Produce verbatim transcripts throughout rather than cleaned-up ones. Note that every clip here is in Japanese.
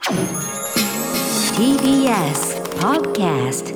ティービーエス Podcast。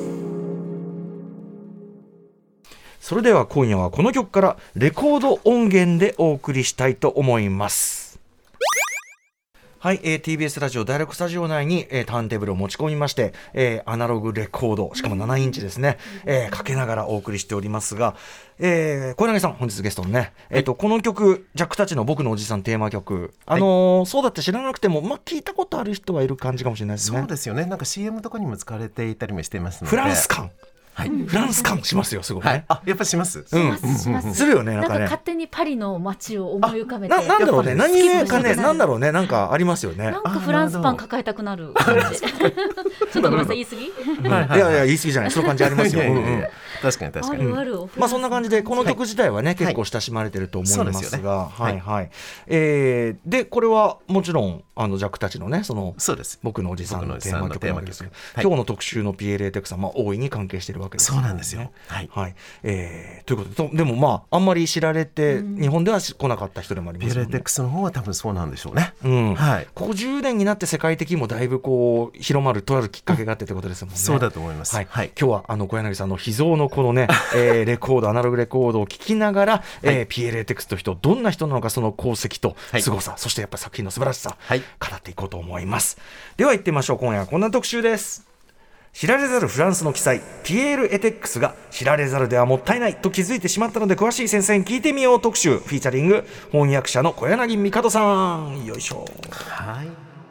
それでは今夜はこの曲からレコード音源でお送りしたいと思います。はい、えー、ティービーエス ラジオ第ろくスタジオ内に、えー、ターンテーブルを持ち込みまして、えー、アナログレコード、しかもななインチですね、えー、かけながらお送りしておりますが、えー、小柳さん本日ゲストのね、えーと、この曲ジャックたちの僕のおじさんテーマ曲、あのーはい、そうだって知らなくても、まあ、聞いたことある人はいる感じかもしれないですね。 そうですよね。なんか シーエム とかにも使われていたりもしてますので、 フランス感、 はい、 フランス感しますよ、すごいね、はい、 あ、やっぱします、 しますします、 するよね、なんかね、 なんか勝手にパリの街を思い浮かべて、 な, なんだろうね、何故かね、なんだろうね、なんかありますよね。 なんかフランスパン抱えたくなる感じ。ちょっとごめんなさい、言い過ぎ、 うん、いやいや言い過ぎじゃない、その感じありますよ。うんうん、 確かに確かに、 あるある、 うん、まあそんな感じでこの曲自体はね、はい、結構親しまれてると思いますが、はいはい、えー、でこれはもちろんあのジャックたちのね、そのそうです、 僕のおじさんのテーマ曲なんですけど、 はい、 今日の特集の ピーエルエー テックさんは大いに関係しているわけですよね。 そうなんですよ、はいはい、えー、ということで、でもまああんまり知られて、うん、日本では来なかった人でもありますよね。 ピーエルエー テックスの方は多分そうなんでしょうね、 うん、 はい、 ここじゅうねんになって世界的にもだいぶこう広まるとあるきっかけがあってということですもんね、うん、 そうだと思います、 はいはい、 今日はあの小柳さんの秘蔵のこのね、えー、レコードアナログレコードを聴きながら、はい、えー、ピーエルエー テックスという人どんな人なのか、その功績と凄さ、はい、そしてやっぱり作品の素晴らしさ、はい、語っていこうと思います。では行ってみましょう。今夜はこんな特集です。知られざるフランスの奇才ピエール・エテックスが知られざるではもったいないと気づいてしまったので詳しい先生に聞いてみよう特集、フィーチャリング翻訳者の小柳帝さん。よいしょ。 はい、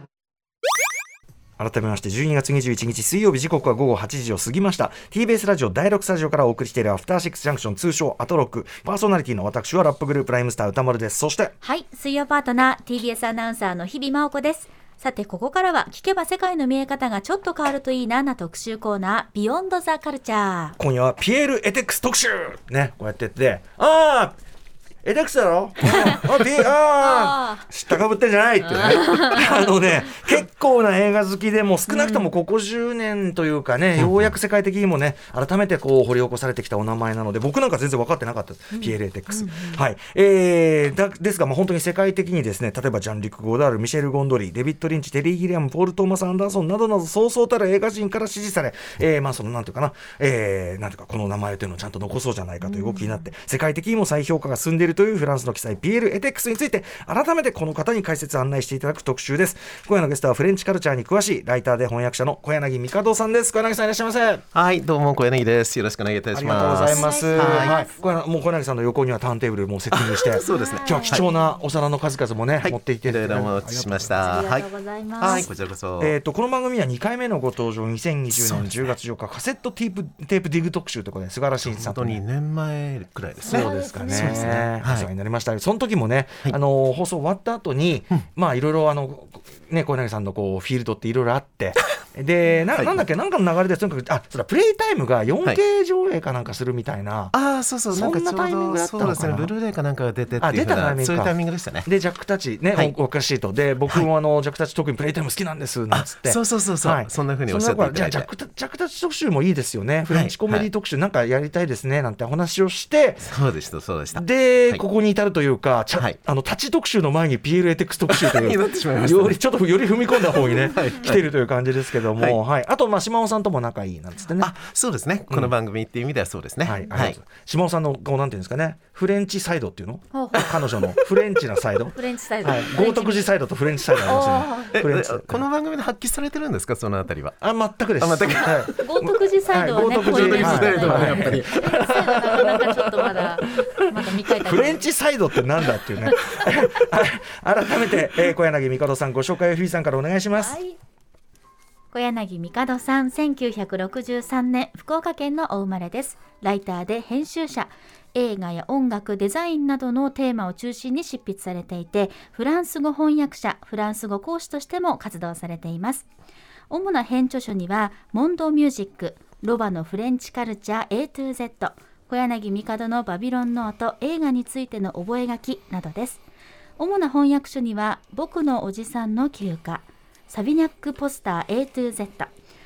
改めましてじゅうにがつにじゅういちにち水曜日、時刻はごごはちじを過ぎました。 ティービーエス ラジオだいろくスタジオからお送りしているアフターシックスジャンクション、通称アトロック。パーソナリティの私はラップグループライムスター歌丸です。そしてはい、水曜パートナー ティービーエス アナウンサーの日々真央子です。さてここからは聞けば世界の見え方がちょっと変わるといいなな特集コーナー、ビヨンドザカルチャー。 今夜はピエール・エテックス特集ね、こうやってやってあーエテックスだろああピあ知ったかぶってんじゃないってねあのね、結構な映画好きでも少なくともここじゅうねんというかね、うん、ようやく世界的にもね改めてこう掘り起こされてきたお名前なので、僕なんか全然分かってなかったです、うん、ピエール・エテックス、うんうん、はい、えー、だですが、まあ、本当に世界的にですね、例えばジャンリュック・ゴダール、ミシェル・ゴンドリー、デビッド・リンチ、テリー・ギリアム、ポール・トーマス・アンダーソンなどなどそうそうたる映画人から支持され、えー、まあそのなんていうかな、えー、なんていうかこの名前というのをちゃんと残そうじゃないかという動きになって、うん、世界的にも再評価が進んでいるというフランスの記載ピエール・エテックスについて改めてこの方に解説案内していただく特集です。今夜のゲストはフレンチカルチャーに詳しいライターで翻訳者の小柳帝さんです。小柳さんいらっしゃいませ。 はい、どうも小柳です。よろしくお願いいたします。 ありがとうございます。はい、小柳もう小柳さんの横にはターンテーブルもセッティングしてそうですね、 今日は貴重なお皿の数々もね、はい、持っていていろいろお持ちしました。 ありがとうございます。 はい、こちらこそ。 えーと、この番組はにかいめのご登場、にせんにじゅうねんじゅうがつじゅうよっか、カセットテープテープディグ特集ということで菅原慎一さんと、 ね、本当にねんまえくらいですね。 そうですかね。 そうですね、 お世話になりました。その時もね、 はい、 あの放送終わった後に、うん、まあいろいろあのね、小柳さんのこうフィールドっていろいろあってで な, なんだっけ、なんかの流れでとにかくあそれプレイタイムが よんケー 上映かなんかするみたいな、 はい、ああそうそう、 そんなタイミングだったのかな。 そうですね、ブルーレイかなんかが出てっていう出たタイミングか、 そういうタイミングでしたね。 でジャックたちね、はい、お, おかしいとで僕もあの、はい、ジャックたち特にプレイタイム好きなんですなんつって、 そうそうそうそう、はい、そんな風におっしゃっていただいて、 ジャックジャックたち特集もいいですよね、フレンチコメディ特集なんかやりたいですねなんてお話をして、 そうでしたそうでした。 で、 はい、 ここに至るというか、はい、あの立ち特集の前に ピーエル エテックス特集というよりちょっとより踏み込んだ方にねはい、来ているという感じですけども、はいはい、あとまあ島尾さんとも仲いいなんつってね。 あ、そうですね、この番組っていう意味ではそうですね、うん、はいはい、 島尾さんのこうなんていうんですかね、フレンチサイドっていうの彼女のフレンチなサイドフレンチサイド、 はい、豪徳寺サイドとフレンチサイドありますよね。フレンチこの番組で発揮されてるんですか、そのあたりは。 あ、全くです。 豪徳寺サイドはね、 豪徳寺サイドはやっぱりフレンチサイドってなんだっていうね改めて、えー、小柳帝さんご紹介を日比さんからお願いします。 はい、小柳帝さん、せんきゅうひゃくろくじゅうさんねん福岡県のお生まれです。ライターで編集者、映画や音楽、デザインなどのテーマを中心に執筆されていて、フランス語翻訳者、フランス語講師としても活動されています。主な編著書にはモンドミュージック、ロバのフレンチカルチャー エートゥーゼット、小柳帝のバビロンノート、映画についての覚書などです。主な翻訳書には僕のおじさんの休暇、サビニャックポスター エートゥーゼット、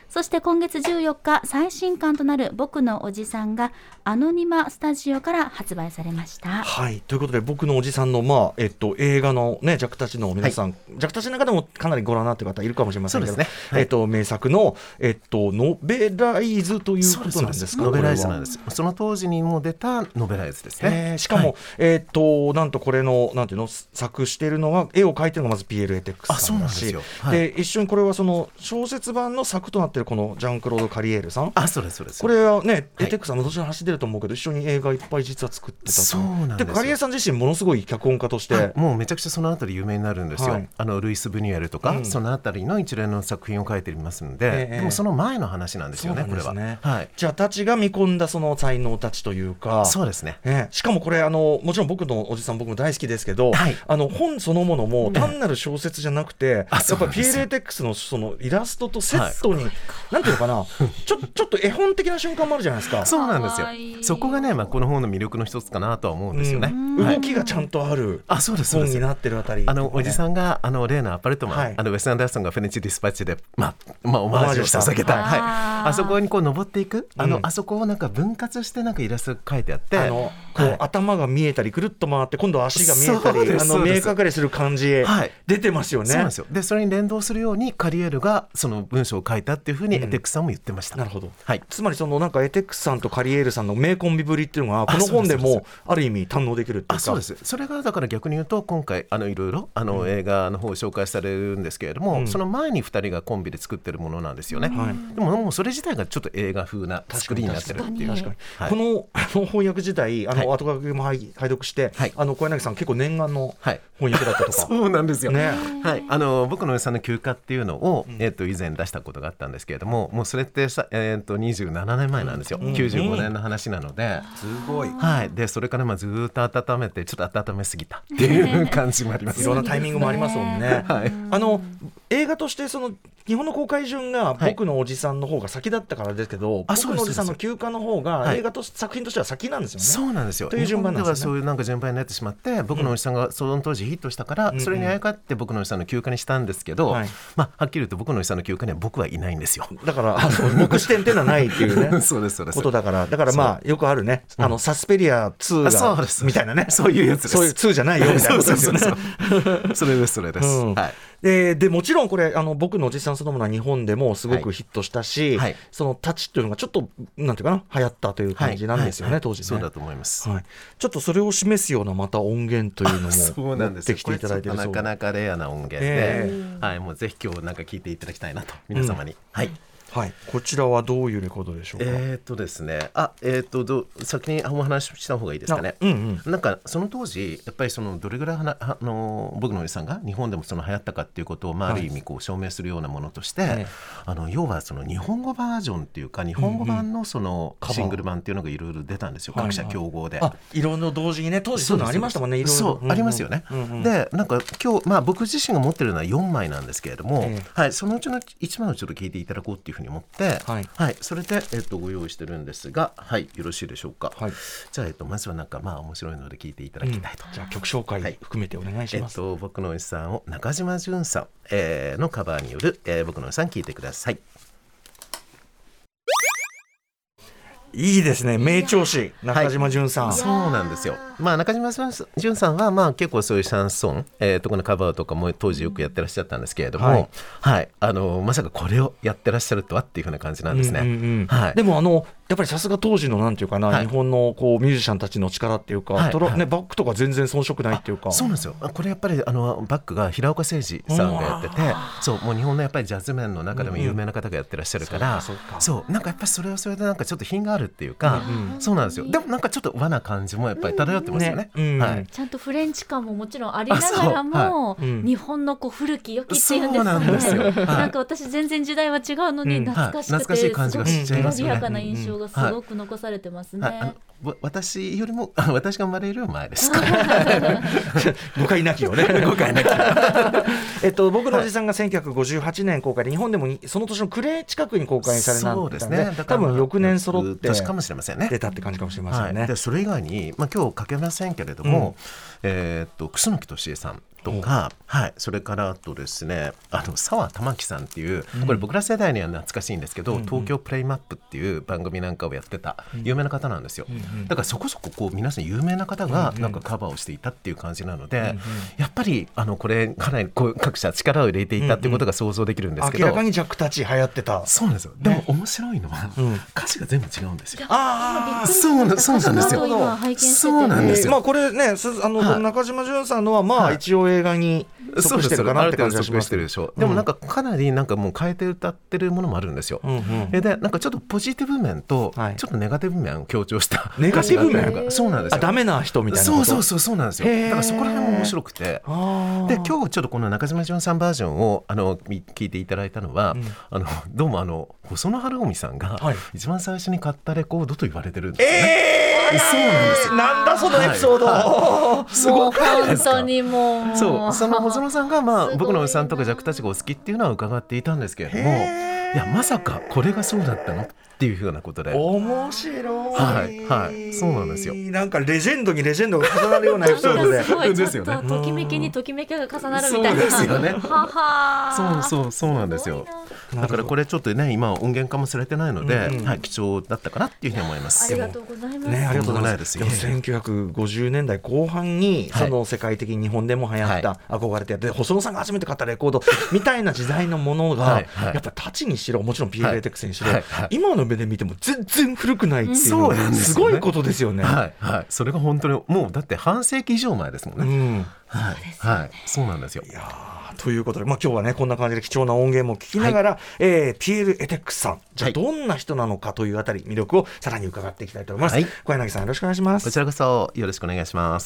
そして今月じゅうよっか最新刊となる僕のおじさんがアノニマスタジオから発売されました。 はい、ということで僕のおじさんの、まあえっと、映画の、ね、ジャクタチの皆さん、はい、ジャクタチの中でもかなりご覧になっている方いるかもしれませんけど、そうですね、はい、えっと、名作の、えっと、ノベライズということなんですか。 ノベライズなんです。その当時にも出たノベライズですね、 えー、しかも、はい、えっと、なんとこれのなんていうの作しているのは絵を描いているのがまず ピーエルエーテックス さんだし、で一緒にこれはその小説版の作となっているこのジャンクロード・カリエールさん、 あ、そうですそうです、 これはね、はい、エーテックス さんもどちらに走ってると思うけど一緒に映画いっぱい実は作ってたと。 そうなんですよ。 でカリエールさん自身ものすごい脚本家として、 もうめちゃくちゃそのあたり有名になるんですよ、はい、あのルイス・ブニュエルとか、うん、そのあたりの一連の作品を書いていますので、えー、でもその前の話なんですよね、これは、はい、 じゃあたちが見込んだその才能たちというか、 そうですね、 えー、しかもこれあのもちろん僕のおじさん僕も大好きですけど、はい、あの本そのものも単なる小説じゃなくて、うん、やっぱ ピーエルエーテックス のそのイラストとセットに、はい、なんていうのかなちょ、ちょっと絵本的な瞬間もあるじゃないですか。 そうなんですよ。そこがね、まあ、この本の魅力の一つかなとは思うんですよね、 うんはい、動きがちゃんとある本になってるあたり、 あのおじさんがあの例のアパルトマン、はい、あのウェス・アンダーソンがフェネチ・ディスパッチで、まあまあ、オマージュを捧げた、はい、あそこにこう登っていく、あの、うん、あそこをなんか分割してなんかイラスト描いてあって、あのこう、はい、頭が見えたりくるっと回って今度は足が見えたりあの見え隠れする感じ、はい、出てますよね。 そうなんですよ。でそれに連動するようにカリエルがその文章を書いたっていうふうにエテックスさんも言ってました、うん、 なるほど、 はい、 つまりそのなんかエテックスさんとカリエルさんの名コンビぶりっていうのがこの本でもある意味堪能できるっていうか。 あ、そうです。それがだから逆に言うと今回あのいろいろあの、うん、映画の方を紹介されるんですけれども、うん、その前にふたりがコンビで作ってるものなんですよね、はい、でももうそれ自体がちょっと映画風な作りになってるっていう。 確かに、はい、この、あの翻訳自体あの、はい、後書きも拝読して、はい、あの小柳さん結構念願の翻訳だったとか、 はい、そうなんですよ、ね、はい、あの僕のおじさんの休暇っていうのを、うんえー、と以前出したことがあったんですけれども、もうそれってさ、えー、とにじゅうななねんまえなんですよ、うん、きゅうじゅうごねんの話なので、 すごい、 はい、でそれからまあずっと温めてちょっと温めすぎたっていう感じもあります。 いろんなタイミングもありますもんね、はい、あの映画としてその日本の公開順が僕のおじさんの方が先だったからですけど、はい、僕のおじさんの休暇の方が映画と作品としては先なんですよね。 そうなんですよ。 という順番なんですね。 日本ではそういうなんか順番になってしまって僕のおじさんがその当時ヒットしたから、うん、それにあやかって僕のおじさんの休暇にしたんですけど、うんはいまあ、はっきり言うと僕のおじさんの休暇には僕はいないんですよ。 だからあの僕視点っていうのはないっていうねそうですそうですことだからだからまあよくあるね、あのサスペリアツーがみたいなね、 そういうやつです。 そういうツーじゃないよみたいなことですよね。 それですそれです、うんはい、 で, でもちろんこれあの僕のおじさんそのものは日本でもすごくヒットしたし、はい、そのタッチっていうのがちょっとなんていうかな流行ったという感じなんですよね、はいはい、当時ね。 そうだと思います、 はい、ちょっとそれを示すようなまた音源というのも持ってきていただいているそうなかなかレアな音源で、えーはい、もうぜひ今日なんか聞いていただきたいなと皆様に、うん、はいはい、こちらはどういうレコードでしょうか。 えーとですね、あ、えーとど先にお話しした方がいいですかね、うんうん、なんかその当時やっぱりそのどれぐらいはなあの僕のおじさんが日本でもその流行ったかっていうことを、まあ、ある意味こう証明するようなものとして、はい、あの要はその日本語バージョンっていうか日本語版のそのシングル版っていうのがいろいろ出たんですよ、うんうん、各社競合で、 はいはい、あいろんな同時にね当時そういうのありましたもんね。いろいろそう、うんうん、ありますよね、うんうん、でなんか今日、まあ、僕自身が持ってるのはよんまいなんですけれども、えーはい、そのうちのいちまいをちょっと聞いていただこうっていうふうに思って、はいはい、それで、えっと、ご用意してるんですが、はい、よろしいでしょうか、はい、じゃあ、えっと、まずはなんかまあ面白いので聞いていただきたいと、うん、 じゃあ曲紹介含めてお願いします、 はいえっと、僕のおじさんを中島淳さん、えー、のカバーによる、えー、僕のおじさん聞いてください。 いいですね、名調子中島淳さん、 はい、そうなんですよ、まあ、中島淳さんはまあ結構そういうシャンソン、えー、とこのカバーとかも当時よくやってらっしゃったんですけれども、はいはい、あのまさかこれをやってらっしゃるとはっていう風な感じなんですね、うんうんうんはい、 でもあのやっぱりさすが当時のなんていうかな、はい、日本のこうミュージシャンたちの力っていうか、はいはいね、バックとか全然遜色ないっていうか。 そうなんですよ。これやっぱりあのバックが平岡誠二さんがやってて、そうもう日本のやっぱりジャズメンの中でも有名な方がやってらっしゃるから、うんうん、そうかそうそうなんかやっぱりそれはそれでなんかちょっと品があるっていうか、うんうん、そうなんですよ。でもなんかちょっと和な感じもやっぱり漂ってますよね、うんねうんはい、 ちゃんとフレンチ感ももちろんありながらも、はい、日本のこう古き良きっていうんですかね。そうなんですよ、はい、なんか私全然時代は違うのに懐かしくて、うんはい、懐かしい感じがしちゃいますよね。賑やかな印象がすごく残されてますね、はいはい私よりも私が生まれる前です誤解なきよね誤解なきえっと僕のおじさんがせんきゅうひゃくごじゅうはちねん公開で日本でもその年の暮れ近くに公開されたんで、ね、多分翌年揃って年かもしれませんね出たって感じかもしれませんね、 はい、でそれ以外に、まあ、今日かけませんけれども、うんえー、っと楠木敏恵さんとか、はい、それからあとですねあの澤玉樹さんっていう、これ僕ら世代には懐かしいんですけど、うん、東京プレイマップっていう番組なんかをやってた有名な方なんですよ、うんうん、だからそこそここう皆さん有名な方がなんかカバーをしていたっていう感じなので、うんうん、やっぱりあのこれかなりこう各社力を入れていたっていうことが想像できるんですけど、 うんうん、明らかにジャックたち流行ってた。 そうなんですよ。でも面白いのは、うん、歌詞が全部違うんですよ。 ああ、 そうな、そうなんですよ。そうなんですよ。 まあこれね、あの、はい、中島淳さんのはまあ一応映画に属してるかなって感じがします。 でしょ、うん、でもなんかかなりなんかもう変えて歌ってるものもあるんですよ、うんうん、でなんかちょっとポジティブ面とちょっとネガティブ面を強調したネガティブ面、 そうなんですよ。 あ、ダメな人みたいなこと。 そうそうそうそうなんですよ。だからそこら辺も面白くて、で今日ちょっとこの中島淳さんバージョンをあの聞いていただいたのは、うん、あのどうもあの細野晴臣さんが一番最初に買ったレコードと言われてるんですよね、 えー、そうなんですよ。なんだそのエピソード、はい、 すごくないですか。本当にもうそう、その細野さんが、まあ、僕のおじさんとかジャックたちがお好きっていうのは伺っていたんですけれども、いやまさかこれがそうだったのっていうふうなことで面白い、 はいはい、そうなんですよ。 なんかレジェンドにレジェンドが重なるようなエピソードですごいちょっとときめきにときめきが重なるみたいな。 そうですよね。 ははそうそうそうなんですよ。だからこれちょっとね今音源化もされてないので、うんうん、はい、貴重だったかなっていうふうに思います。 ありがとうございます。 ね、ありがとうございます。でもせんきゅうひゃくごじゅうねんだいこう半に、はい、その世界的に日本でも流行った、はい、憧れてやって細野さんが初めて買ったレコードみたいな時代のものが、はいはい、やっぱタチにしろもちろん ピーエルエーテックス にしろ、はいはい、今の目で見ても全然古くないっていうのがすごいことですよね。 はいはい、それが本当にもうだって半世紀以上前ですもんね、うん、はいはい、そうなんですよ。 いやということで、まあ、今日はねこんな感じで貴重な音源も聞きながら、はい、えー、ピエール・エテックスさんじゃあどんな人なのかというあたり魅力をさらに伺っていきたいと思います、はい、小柳さんよろしくお願いします。 こちらこそよろしくお願いします。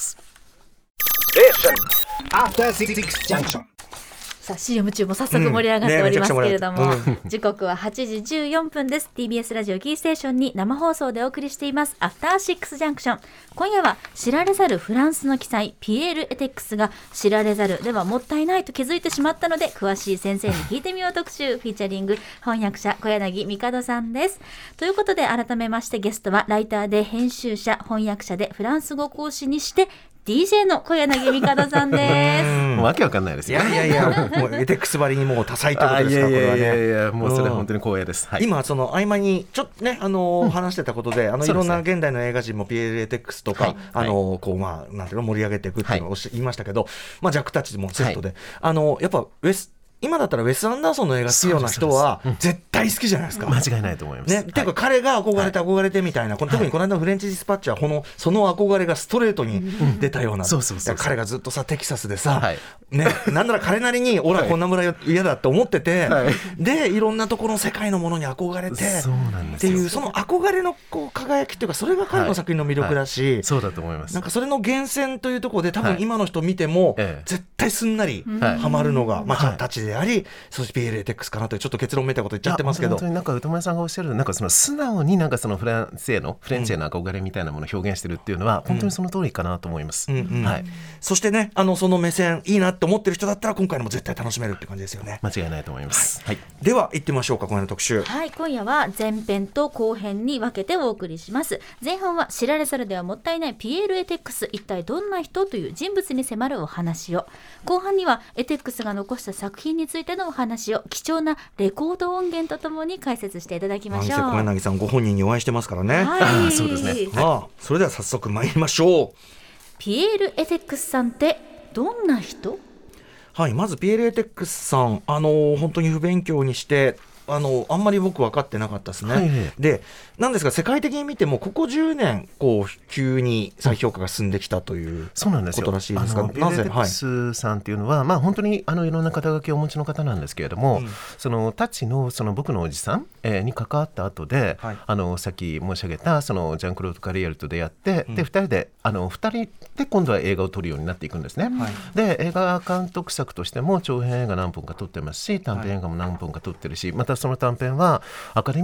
さあ シーエム 中も早速盛り上がっておりますけれども、うんね、時刻ははちじじゅうよんぷんです。 ティービーエス ラジオキーステーションに生放送でお送りしていますアフターシックスジャンクション。今夜は知られざるフランスの奇才ピエール・エテックスが知られざるではもったいないと気づいてしまったので詳しい先生に聞いてみよう特集フィーチャリング翻訳者小柳帝さんです。ということで改めましてゲストはライターで編集者翻訳者でフランス語講師にしてディージェー の小柳帝さんです。 もうわけわかんないですよ。 いやいやいやもうエテックスばりにもう多彩ということですか。これはね。いやいやいやもうそれ本当に光栄です。はい、今その合間にちょっとねあのーうん、話してたことであのいろんな現代の映画人もピエール・エテックスとか、はい、あのー、こうまあなんていうの盛り上げていくっていうのを言いましたけど、はい、まあジャックたちもセットで、はい、あのー、やっぱウェス今だったらウェス・アンダーソンの映画好きような人は絶対好きじゃないですか。 間違いないと思います。 ね、ていうか彼が憧れて憧れてみたいな、はい、特にこの間のフレンチディスパッチはこのその憧れがストレートに出たような、彼がずっとさテキサスでさ、はいね、なんなら彼なりに俺はこんな村嫌だって思ってて、はい、でいろんなところの世界のものに憧れてっていうその憧れのこう輝きっていうかそれが彼の作品の魅力だし、はいはい、 そうだと思います。 なんかそれの源泉というところで多分今の人見ても絶対すんなりハマるのが、はい、まあたちでありそしてピエール・エテックスかなというちょっと結論めいたこと言っちゃってますけど、 本当になんか歌丸さんがおっしゃるなんかその素直になんかそのフランスへのフレンチへの憧れみたいなものを表現してるっていうのは本当にその通りかなと思います、うんうんうん、はい、 そしてねあのその目線いいなって思ってる人だったら今回のも絶対楽しめるって感じですよね。 間違いないと思います、はいはい、 では行ってみましょうか。今夜の特集、 はい、今夜は前編と後編に分けてお送りします。前半は知られざるではもったいないピエール・エテックス一体どんな人という人物に迫るお話を、後半にはエテックスが残した作品についてのお話を貴重なレコード音源とともに解説していただきましょう。 小柳さんご本人にお会いしてますからね、 はい、 そうですね、 ああそれでは早速参りましょう。 ピエール・エテックスさんってどんな人？ はい、まずピエール・エテックスさんあの本当に不勉強にしてあのあんまり僕分かってなかったですね、はいはい、でなんですが世界的に見てもここじゅうねんこう急に再評価が進んできたということらしいですが、 ピエール・エテックスさんっていうのは、はい、まあ、本当にあのいろんな肩書きをお持ちの方なんですけれども、うん、そのタッチ の, その僕のおじさん、えー、に関わった後で、はい、あのさっき申し上げたそのジャンクロード・カリエルと出会って、うん、でふたりであのふたりで今度は映画を撮るようになっていくんですね、はい、で映画監督作としても長編映画何本か撮ってますし短編映画も何本か撮ってるし、またその短編はアカデミー賞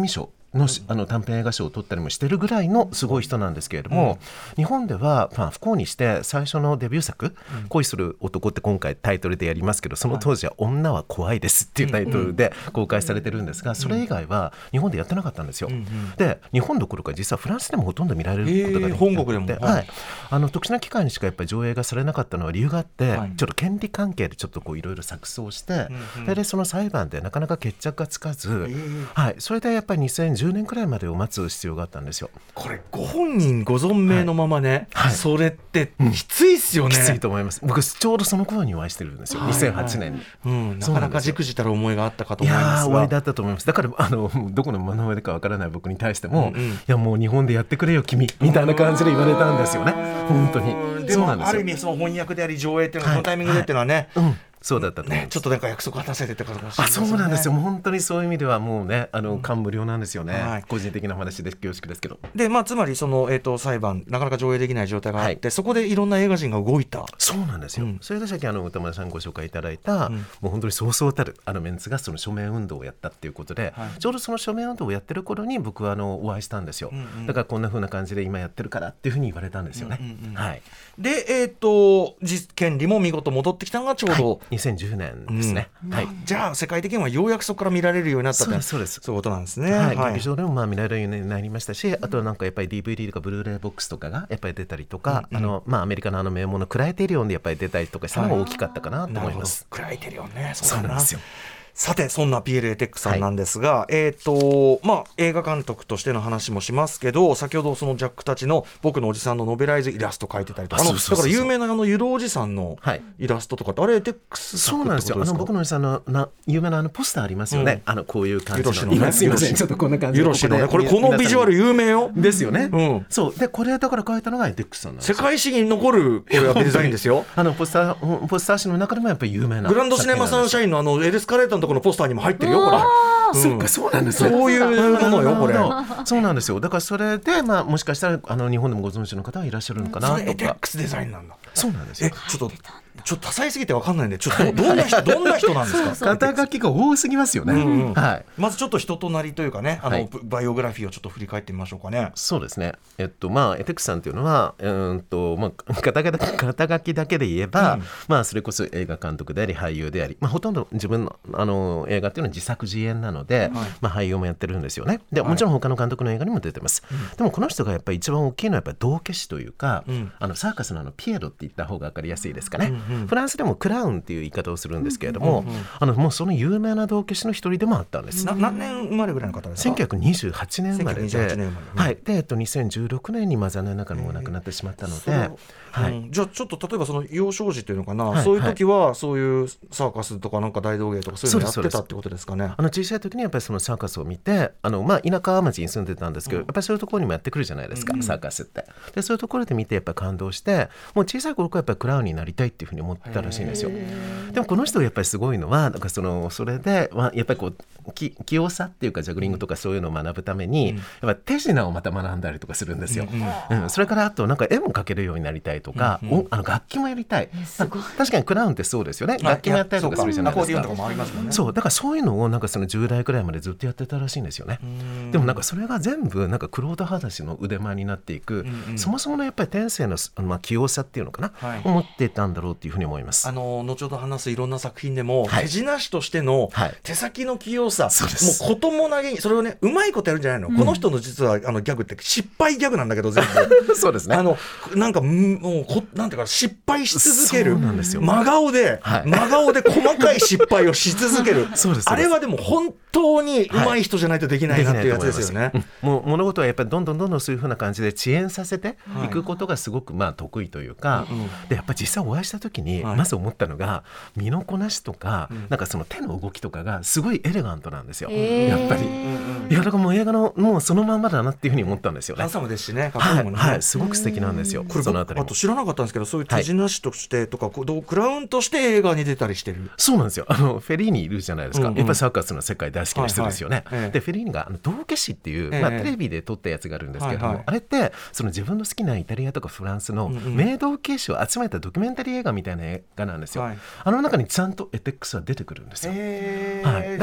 のあの短編映画賞を取ったりもしてるぐらいのすごい人なんですけれども、うん、日本では、まあ、不幸にして最初のデビュー作、うん、恋する男って今回タイトルでやりますけど、その当時は女は怖いですっていうタイトルで公開されてるんですが、それ以外は日本でやってなかったんですよ、うんうん、で日本どころか実はフランスでもほとんど見られることができなくて、 本国でも、 はい、あの特殊な機会にしかやっぱり上映がされなかったのは理由があって、はい、ちょっと権利関係でちょっとこういろいろ錯綜して、うんうん、でその裁判でなかなか決着がつかず、はい、それでやっぱりにせんじゅうねんくらいまでを待つ必要があったんですよ。 これご本人ご存命のままね、はいはい、それってきついっすよね、 うん、きついと思います。僕ちょうどその頃にお会いしてるんですよ、はいはい、にせんはちねんに、 うん、なかなかじくじたる思いがあったかと思いますが、 いや終わりだったと思います。だからあのどこの真の上でかわからない僕に対しても、うんうん、いやもう日本でやってくれよ君みたいな感じで言われたんですよね、本当に。 でもある意味その翻訳であり上映っていうのはこのタイミングでっていうのはね、 はいはい、うんそうだったと思います、 ね、ちょっとなんか約束果たせてってことかもしれないですね。 あそうなんですよ、もう本当にそういう意味ではもうねあの感無量なんですよね、はい、個人的な話で恐縮ですけど。 で、まあ、つまりその、えー、と裁判なかなか上映できない状態があって、はい、そこでいろんな映画人が動いた。 そうなんですよ、うん、それでさっきあの歌丸さんご紹介いただいた、うん、もう本当にそうそうたるあのメンツがその署名運動をやったっていうことで、はい、ちょうどその署名運動をやってる頃に僕はあのお会いしたんですよ、うんうん、だからこんな風な感じで今やってるからっていう風に言われたんですよね、うんうんうん、はい、 で、えー、と実権利も見事戻ってきたのがちょうど、はい、 にせんじゅうねんですね、 うんはい、じゃあ世界的にはようやくそこから見られるようになったって、 そうですそういうことなんですね、 はいはい、 劇場でもまあ見られるようになりましたし、あとはなんかやっぱり ディーブイディー とかブルーレイボックスとかがやっぱり出たりとか、うんうん、あのまあ、アメリカのあの名門のクライテリオンでやっぱり出たりとかしたのが大きかったかなと思います、 はい、クライテリオンね、 そうなんですよ。 さてそんなピエール・エテックさんなんですが、はい、えーとまあ、映画監督としての話もしますけど、先ほどそのジャックたちの僕のおじさんのノベライズイラスト描いてたりとか、あのだから有名なあのユロおじさんのイラストとかって、はい、あれエテックス作ってことですか？ そうなんですよ、あの僕のおじさんのな有名なあのポスターありますよね、うん、あのこういう感じのユロシのね、 すいませんちょっとこんな感じユロシのね、これこのビジュアル有名よですよね、 うん、 そうでこれだから描いたのがエテックスさんなんですよ。 世界史に残るこれはデザインですよあのポスターポスター誌の中でもやっぱり有名なグランドシネマサンシャインのあのエレスカレーターのところのポスターにも入ってるよこれ。 うん、そうかそうなんですね。 そういうものよこれ。 そうなんですよ。だからそれで、まあ、もしかしたらあの日本でもご存知の方はいらっしゃるのかなとか。それエテックスデザインなんだ。 そうなんですよ。 えちょっとちょっと多彩すぎて分かんないんで、ちょっとどんな人どんな人なんですか？ そうそう肩書きが多すぎますよね、うんうんはい、 まずちょっと人となりというかね、あの、はい、バイオグラフィーをちょっと振り返ってみましょうかね。 そうですね、えっとまあ、エテックスさんというのは、えーっとまあ、肩書き肩書きだけで言えば、うんまあ、それこそ映画監督であり俳優であり、まあ、ほとんど自分 の, あの映画っていうのは自作自演なので、はいまあ、俳優もやってるんですよね。でもちろん他の監督の映画にも出てます、はい、でもこの人がやっぱり一番大きいのはやっぱり道化師というか、うん、あのサーカスのあのピエロって言った方が分かりやすいですかね、うんうん、フランスでもクラウンっていう言い方をするんですけれども、うんうんうん、あのもうその有名な道化師の一人でもあったんです。 な何年生まれぐらいの方ですか？ せんきゅうひゃくにじゅうはちねん生まれで、 せんきゅうひゃくにじゅうはちねん生まれ、ねはいでえっと、にせんじゅうろくねんに残念ながらもう亡くなってしまったので、はいうん、じゃあちょっと例えばその幼少時というのかな、はい、そういう時はそういうサーカスとかなんか大道芸とかそういうのやってたってことですかね。 あの小さい時にやっぱりそのサーカスを見て、あの、まあ、田舎町に住んでたんですけど、うん、やっぱりそういうところにもやってくるじゃないですか、うん、サーカスってでそういうところで見てやっぱり感動して、もう小さい頃からやっぱりクラウンになりたいっていうふうに思ってたらしいんですよ。でもこの人がやっぱりすごいのはなんかそのそれで、まあ、やっぱりこうき器用さっていうかジャグリングとかそういうのを学ぶために、うん、やっぱ手品をまた学んだりとかするんですよ、うんうん、それからあとなんか絵も描けるようになりたいとか、うんうん、あの楽器もやりたい、確かにクラウンってそうですよね、楽器もやったりとかするじゃないですか。そうだからそういうのをなんかそのじゅう代くらいまでずっとやってたらしいんですよね。でもなんかそれが全部なんか玄人裸足の腕前になっていく、うんうん、そもそものやっぱり天性の、まあ、器用さっていうのかな、はい、思っていたんだろうっていうふうに思います。 あの後ほど話すいろんな作品でも、はい、手品師としての手先の器用さ、はい、もうことも投げにそれをねうまいことやるんじゃないの、うん、この人の実はあのギャグって失敗ギャグなんだけど全部そうですね、 あのなんかもうこなんていうか失敗し続ける、 そうなんですよ、 真顔で、はい、真顔で細かい失敗をし続けるそうですあれはでも本当にうまい人じゃないとできないなっていうやつですよね、はい、 もう物事はやっぱりどんどんどんどんそういう風な感じで遅延させていくことがすごくまあ得意というか、はい、でやっぱり実際お会いした時にまず思ったのが身のこなしとか、はい、なんかその手の動きとかがすごいエレガントなんですよ、やっぱり、いやだからもう映画のもうそのまんまだなっていう風に思ったんですよね。 ハンサムですしね、かっこいいもんね、 はいはい、すごく素敵なんですよ。 これそのあたりもあと知らなかったんですけど、そういう手品師としてとか、はい、クラウンとして映画に出たりしてる。 そうなんですよ。あのフェリーニいるじゃないですか、うんうん、やっぱりサーカスの世界大好きな人ですよね、はいはい、でフェリーニがあの道化師っていう、ええまあ、テレビで撮ったやつがあるんですけれども、はいはい、あれってその自分の好きなイタリアとかフランスの名道化師を集めたドキュメンタリー映画みたいな映画なんですよ、はい、あの中にちゃんとエテックスは出てくるんですよ、 えーはい、だからもうフェリーニ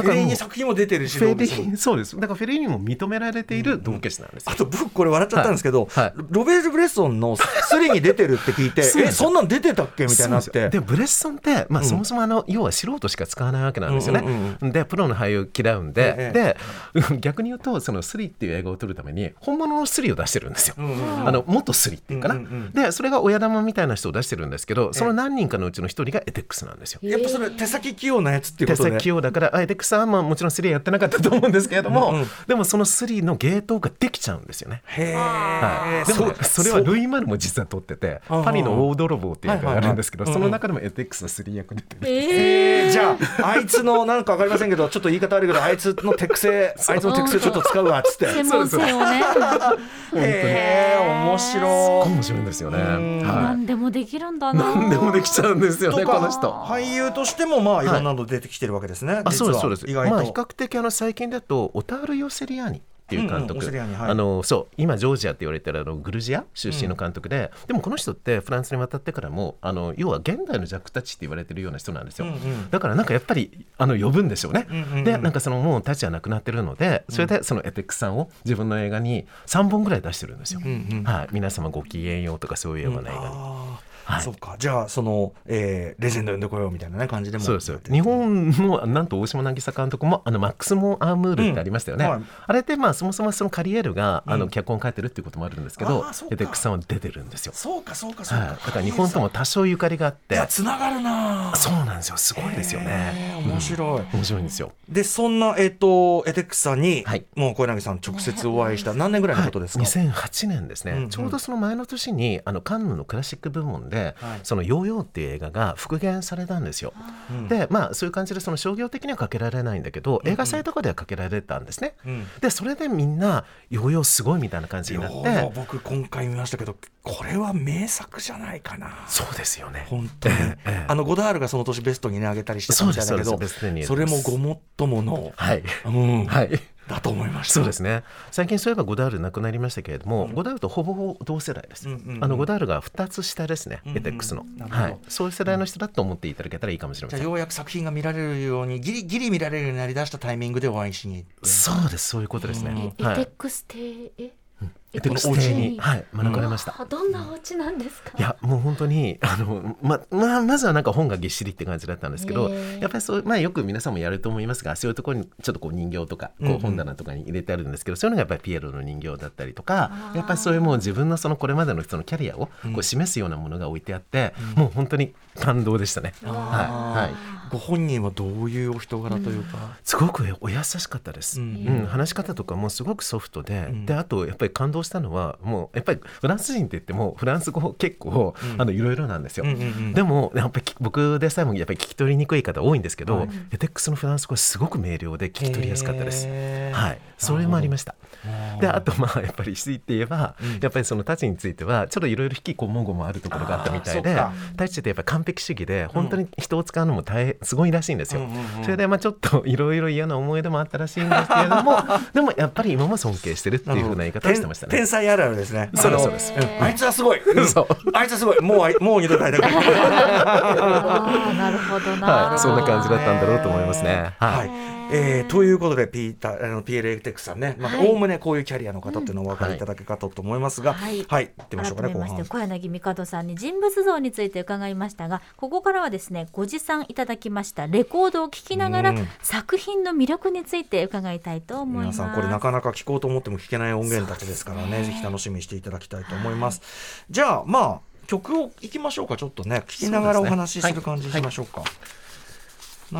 作品も出てるし、 フェリーそうです。だからフェリーニも認められている道化師なんですよ、 うんうん、あと僕これ笑っちゃったんですけど、 はいはい、 ロベルト・ブレッソンのスリに出てるって聞いてえそんなん出てたっけみたいになって。 でブレッソンって、まあ、そもそもあの、うん、要は素人しか使わないわけなんですよね、うんうんうん、でプロの俳優嫌うんで、ええ、で逆に言うとそのスリっていう映画を撮るために本物のスリを出してるんですよ、うんうん、あの元スリっていうかな、うんうんうん、でそれが親玉みたいな人を出してるんですけど、その何人かのうちの一人がエテックスなんですよ。 やっぱそれ手先器用なやつっていうことで、 手先器用だからエテックスはまあもちろんスリーやってなかったと思うんですけれども、うんうん、でもそのスリーの芸当ができちゃうんですよね。 へー、 はい、でも、ね、それはルイ・マルも実は撮っててパリの大泥棒っていう映画があるんですけど、その中でもエテックスのスリー役出てる。 えー、じゃああいつのなんか分かりませんけどちょっと言い方悪いけどあいつの手癖あいつの手癖ちょっと使うわっつって専門性をねへー面白い。 すっごい面白いんですよね、はい、 何でもできるんだな。 何でもできちゃうんですよねこの人。 俳優としてもまあいろんなの出てきてるわけですね、はい、 あそうですそうです。 意外と、 まあ、比較的あの最近だとオタール・ヨセリアーニっていう監督、 うんうんはい、 あのそう今ジョージアって言われてるあのグルジア出身の監督で、うん、でもこの人ってフランスに渡ってからもあの要は現代のジャック・タッチって言われてるような人なんですよ、うんうん、だからなんかやっぱりあの呼ぶんでしょうね、うんうんうん、でなんかそのもうタッチはなくなってるのでそれでそのエテックさんを自分の映画にさんぼんぐらい出してるんですよ、うんうんはい、皆様ごきげんようとかそういうような映画に、うんはい、そうか。じゃあその、えー、レジェンド呼んでこようみたいな、ね、感じでもそうですよ。日本のなんと大島渚監督もあのマックス・モン・アームールってありましたよね、うんはい、あれってまあそもそもそのカリエルが、うん、あの脚本を書いてるっていうこともあるんですけど、エテックさんは出てるんですよ。 そうかそうかそうか、 はい、だから日本とも多少ゆかりがあって、 いやつながるな。 そうなんですよ。すごいですよね。 面白い、うん、 面白いんですよ。 でそんな、えー、とエテックさんに、はい、もう小柳さん直接お会いした何年ぐらいのことですか。 はい、にせんはちねんですね、うんうん、ちょうどその前の年にあのカンヌのクラシック部門で、はい、そのヨーヨーっていう映画が復元されたんですよ、うん、でまあそういう感じでその商業的にはかけられないんだけど、うん、映画祭とかではかけられたんですね、うん、でそれでみんなヨーヨーすごいみたいな感じになって、 僕今回見ましたけどこれは名作じゃないかな。 そうですよね本当に、ええ、あのゴダールがその年ベストに、ね、上げたりしてたみたいだけど そ, それもごもっともの、 はいうんはい、 だと思いました。 そうですね。最近そういえばゴダール亡くなりましたけれども、うん、ゴダールとほぼ同世代です、うんうんうん、あのゴダールがふたつ下ですね、うんうん、エテックスの、はい、そういう世代の人だと思っていただけたらいいかもしれません。 じゃあようやく作品が見られるようにギリギリ見られるようになりだしたタイミングでお会いしに行って。 そうですそういうことですね、うんはい、エテックス邸えエテックス邸に、はい、招かれました、 うん、どんなお家なんですか。 いやもう本当にあの、ままあ、まずはなんか本がぎっしりって感じだったんですけど、やっぱりそう、まあ、よく皆さんもやると思いますがそういうところにちょっとこう人形とかこう本棚とかに入れてあるんですけど、うんうん、そういうのがやっぱりピエロの人形だったりとかやっぱりそういうもう自分のそのこれまでの人のキャリアをこう示すようなものが置いてあって、うん、もう本当に感動でしたね、はいはい、 ご本人はどういうお人柄というか、うん、 すごくお優しかったです、うんうん、話し方とかもすごくソフトで、うん、であとやっぱり感動したのはもうやっぱりフランス人って言ってもフランス語結構、うん、あのいろいろなんですよ、うんうんうん、でもやっぱり僕でさえもやっぱり聞き取りにくい方多いんですけど、はい、エテックスのフランス語はすごく明瞭で聞き取りやすかったです、はい、それもありました。であとまあやっぱり強いて言えば、うん、やっぱりそのタチについてはちょっといろいろ引きこもごもあるところがあったみたいで、タチってやっぱり完璧主義で本当に人を使うのも大変すごいらしいんですよ、うんうんうん、それでまあちょっといろいろ嫌な思い出もあったらしいんですけれどもでもやっぱり今も尊敬してるっていう風な言い方をしてましたね。 天才あるあるですね。 そうですそうです、 うん、あいつはすごい、うん、そうあいつはすごいもうあいもう二度と会いたくないなるほどな、 はい、そんな感じだったんだろうと思いますね、はい、 はいえー、ということでピーターあのピエール・エテックさんね、まあ、おおむねこういうキャリアの方っていうのをお分かりいただけかと思いますが、はい、はい、行ってみましょうかね。 改めまして小柳帝さんに人物像について伺いましたが、ここからはですねご持参いただきましたレコードを聞きながら、うん、作品の魅力について伺いたいと思います。 皆さんこれなかなか聞こうと思っても聞けない音源たちですから ね, ねぜひ楽しみにしていただきたいと思います、はい、じゃあまあ曲をいきましょうか。ちょっとね聞きながらお話しする感じにしましょうか。はいはい、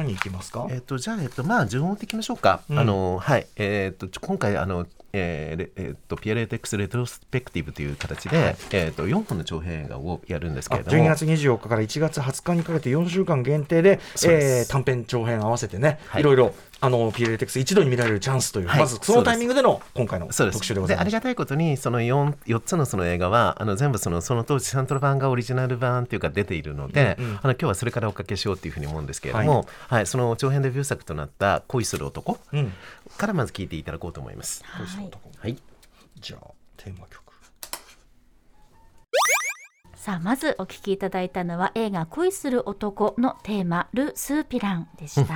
何いきますか。 えー、とじゃあ、えーとまあ、順を追っていきましょうか、うんあのはいえー、と今回あの、えーえー、とピエール・エテックスレトロスペクティブという形で、はいえー、とよんほんの長編映画をやるんですけれども、 じゅうにがつにじゅうよっかからいちがつはつかにかけてよんしゅうかん限定で、えー、短編長編合わせてね、はい、いろいろあのピエール・エテックス一度に見られるチャンスという、はい、まずそのタイミングでの今回の特集でございます。 でありがたいことにその 4, よっつのその映画はあの全部そのその当時サントラ版がオリジナル版っていうか出ているので、うんうん、あの今日はそれからおかけしようというふうに思うんですけれども、はいはい、その長編デビュー作となった恋する男、うん、からまず聴いていただこうと思います。 恋する男、 はい、 じゃあテーマ曲。 さあまずお聴きいただいたのは映画恋する男のテーマル・スーピランでした、うん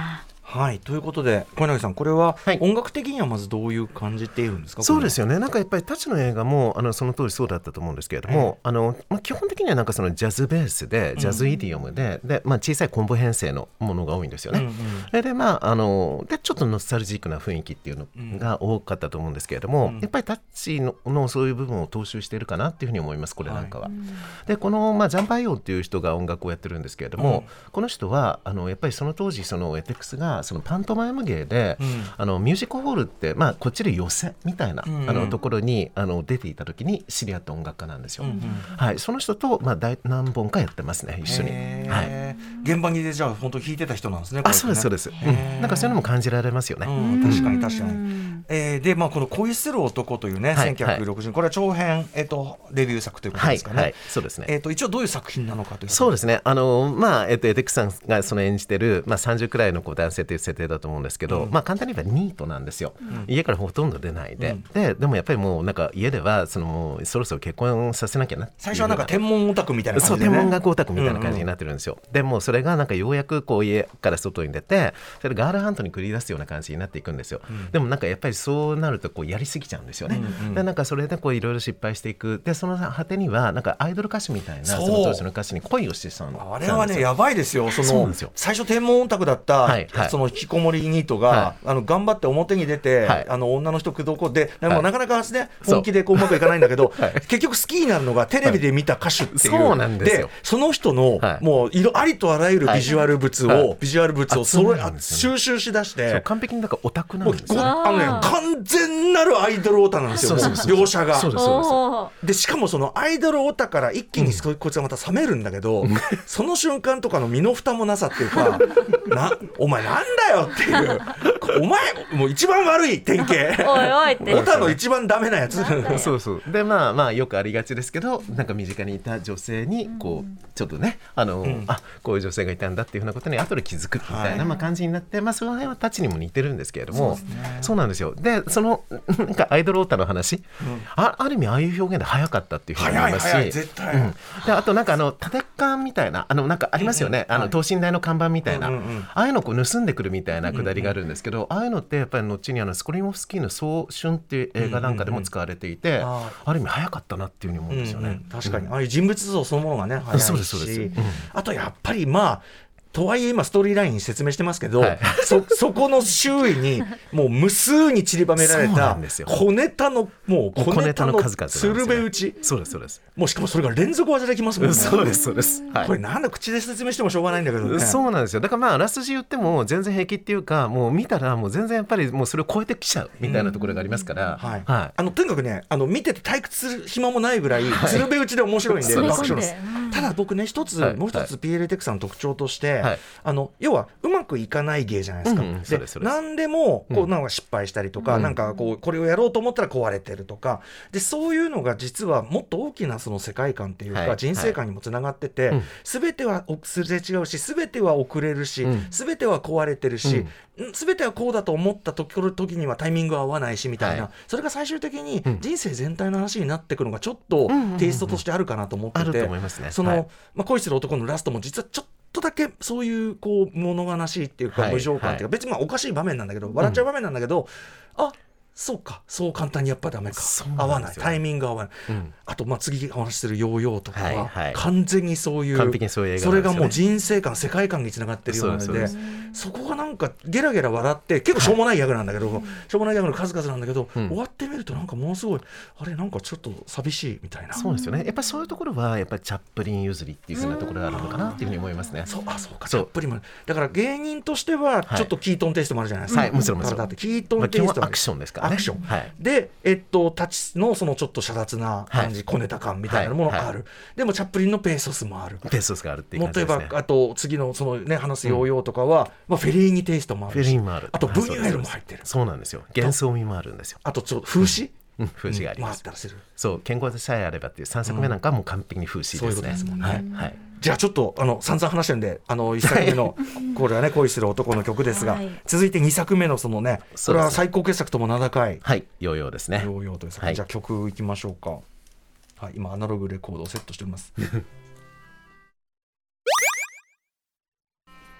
はい、ということで小柳さん、これは音楽的にはまずどういう感じているんですか？はい、 そうですよね。なんかやっぱりタチの映画もあのその当時そうだったと思うんですけれども、えーあのまあ、基本的にはなんかそのジャズベースでジャズイディオムで、うん、でまあ、小さいコンボ編成のものが多いんですよね。うんうん、で、まあ、あのでちょっとノスタルジックな雰囲気っていうのが多かったと思うんですけれども、うん、やっぱりタッチ の, のそういう部分を踏襲しているかなっていうふうに思います、これなんかは。はい、でこの、まあ、ジャンバイオンっていう人が音楽をやってるんですけれども、うん、この人はあのやっぱりその当時そのエテックスがそのパントマイム芸で、うん、あのミュージックホールって、まあ、こっちで寄せみたいな、うんうん、あのところにあの出ていた時に知り合った音楽家なんですよ。うんうん、はい、その人と、まあ、大何本かやってますね、一緒に。はい、 現場にでじゃあ本当弾いてた人なんですね。 あ、そうですそうです、うん、なんかそういうのも感じられますよね。 うん、確かに確かに。えー、で、まあ、この恋する男というね、はい、せんきゅうひゃくろくじゅう、はい、これは長編、えー、とデビュー作ということですかね。はいはい、そうですね。えー、と一応どういう作品なのかという。 そうですね、あの、まあえー、とエテックスさんがその演じてる、まあ、さんじゅうくらいのこう男性という設定だと思うんですけど、うん、まあ、簡単に言えばニートなんですよ。うん、家からほとんど出ないで、うん、で, でもやっぱりもうなんか家ではそのもうそろそろ結婚させなきゃなっていう。 最初はなんか天文オタクみたいな感じで、ね、 そう、天文学オタクみたいな感じになってるんですよ。うんうん、でもそれがなんかようやくこう家から外に出て、それガールハントに繰り出すような感じになっていくんですよ。うん、でもなんかやっぱりそうなるとこうやりすぎちゃうんですよね。うんうん、でなんかそれでいろいろ失敗していく。でその果てにはなんかアイドル歌手みたいな、その当時の歌手に恋をしてしまう。 あれはねやばいですよ。そのそうなんですよ。最初天文オタクだった、はいはい、その引きこもりニートが、はい、あの頑張って表に出て、はい、あの女の人口説こうで、でもなかなか、ね、本気でこううまくいかないんだけど、はい、結局好きになるのがテレビで見た歌手っていう、はい、そうなんですよ。でその人の、はい、もう色ありとあらゆるビジュアル物を、はい、ビジュアル物をそれ収集しだして、 完璧になんかオタクなんですよ。 あの、ね、完全なるアイドルオタなんですよ。描写が。そうですそうです。でしかもそのアイドルオタから一気にこいつがまた冷めるんだけど、うん、その瞬間とかの身の蓋もなさっていうかな、お前なんだよっていうお前もう一番悪い典型おいおいってオタの一番ダメなやつそうそう。でまあまあよくありがちですけど、なんか身近にいた女性にこうちょっとね、あの、うん、あこういう女性がいたんだっていうふうなことに後で気づくみたいな、まあ、感じになって、まあ、その辺はタッチにも似てるんですけれども、 そうですね。そうなんですよ。でそのなんかアイドルオタの話、うん、あ, ある意味ああいう表現で早かったっていうふうに思いますし、早い早い絶対、うん、であとなんかあの縦感みたいなあのなんかありますよね、うんうん、あの等身大の看板みたいな、うんうんうん、ああいうのをこう盗んでくるみたいなくだりがあるんですけど、うんうん、ああいうのってやっぱり後にあのスコリモフスキーの早春っていう映画なんかでも使われていて、うんうんうん、あ, ある意味早かったなっていうふうに思うんですよね。うんうん、 確かに、うん、ああいう人物像そのものがね早いし、そうですそうです、うん、あとやっぱりまあとはいえ今ストーリーラインに説明してますけど、はい、そ, そこの周囲にもう無数に散りばめられた小ネタのもう小ネタの鶴瓶打ち、 そうですそうです。 もうしかもそれが連続技できますもんね。 そうですそうです、はい、 これなんだ口で説明してもしょうがないんだけどね。 そうなんですよ。だからまああらすじ言っても全然平気っていうか、もう見たらもう全然やっぱりもうそれを超えてきちゃうみたいなところがありますから、はいはい、 あのとにかくねあの見てて退屈する暇もないぐらい鶴瓶打ちで面白いんで、はい、爆笑です。ただ僕ね一つ、はい、もう一つ ピーエル テックさんの特徴として、はい、あの要はうまくいかない芸じゃないですか、うんうん、で何でもこうなんか失敗したりとか、うん、なんかこうこれをやろうと思ったら壊れてるとかで、そういうのが実はもっと大きなその世界観っていうか、はい、人生観にもつながってて、はい、全てはすれ違うし全ては遅れるし、うん、全ては壊れてるし、うん、全てはこうだと思った時時にはタイミングは合わないしみたいな、はい、それが最終的に人生全体の話になってくるのがちょっとテイストとしてあるかなと思ってて、うんうんうんうん、あると思いますね。その、はい、まあ、恋する男のラストも実はちょっとちょっとだけそういうこう物悲しいっていうか、はい、無情感っていうか、別にまあおかしい場面なんだけど笑っちゃう場面なんだけど、うん、あそうかそう簡単にやっぱダメか、合わないタイミングが合わない、うん、あとまあ次お話しするヨーヨーとかは、はいはい、完全にそういう完璧にそういう映画なんですよね。それがもう人生観世界観につながってるようなの で, そ, でそこがなんかゲラゲラ笑って結構しょうもない役なんだけど、はい、しょうもない役の数々なんだけど、うん、終わってみるとなんかものすごいあれなんかちょっと寂しいみたいな。 そうですよね。やっぱりそういうところはやっぱりチャップリン譲りっていう風なところがあるのかなっていうふうに思いますね。 そうあそうかチャップリンもだから芸人としてはちょっとキートンテイストもあるじゃないですか。 はい、もちろんもちろん。 キートンテイスト、 まあ、アクションですからね。 アクション、はい、でえっとタチのそのちょっと遮奪な感じ、はい、小ネタ感みたいなものがある、はいはい、でもチャップリンのペーソスもあるペーソスがあるっていう感じですね。 もっと言えばあと次のそのね話すヨーヨーとかは、うんまあ、フェリーニテイストもあるし、フェリーもある、あとブニュエルも入ってる。 そうなんですよ。幻想味もあるんですよ。 あとちょっと風刺、 うんうん、風刺があります、 うん、 そう健康でさえあればっていうさんさくめなんかはもう完璧に風刺ですね、うん、そういうことですもんね、はいはい。 じゃあちょっとあの散々話してるんであのいっさくめのこれはね恋する男の曲ですが、はい、続いてにさくめのそのねそれは最高傑作とも名高いはいヨーヨーですね。 ヨーヨーという作品、はい、じゃあ曲いきましょうか。はい、今アナログレコードをセットしております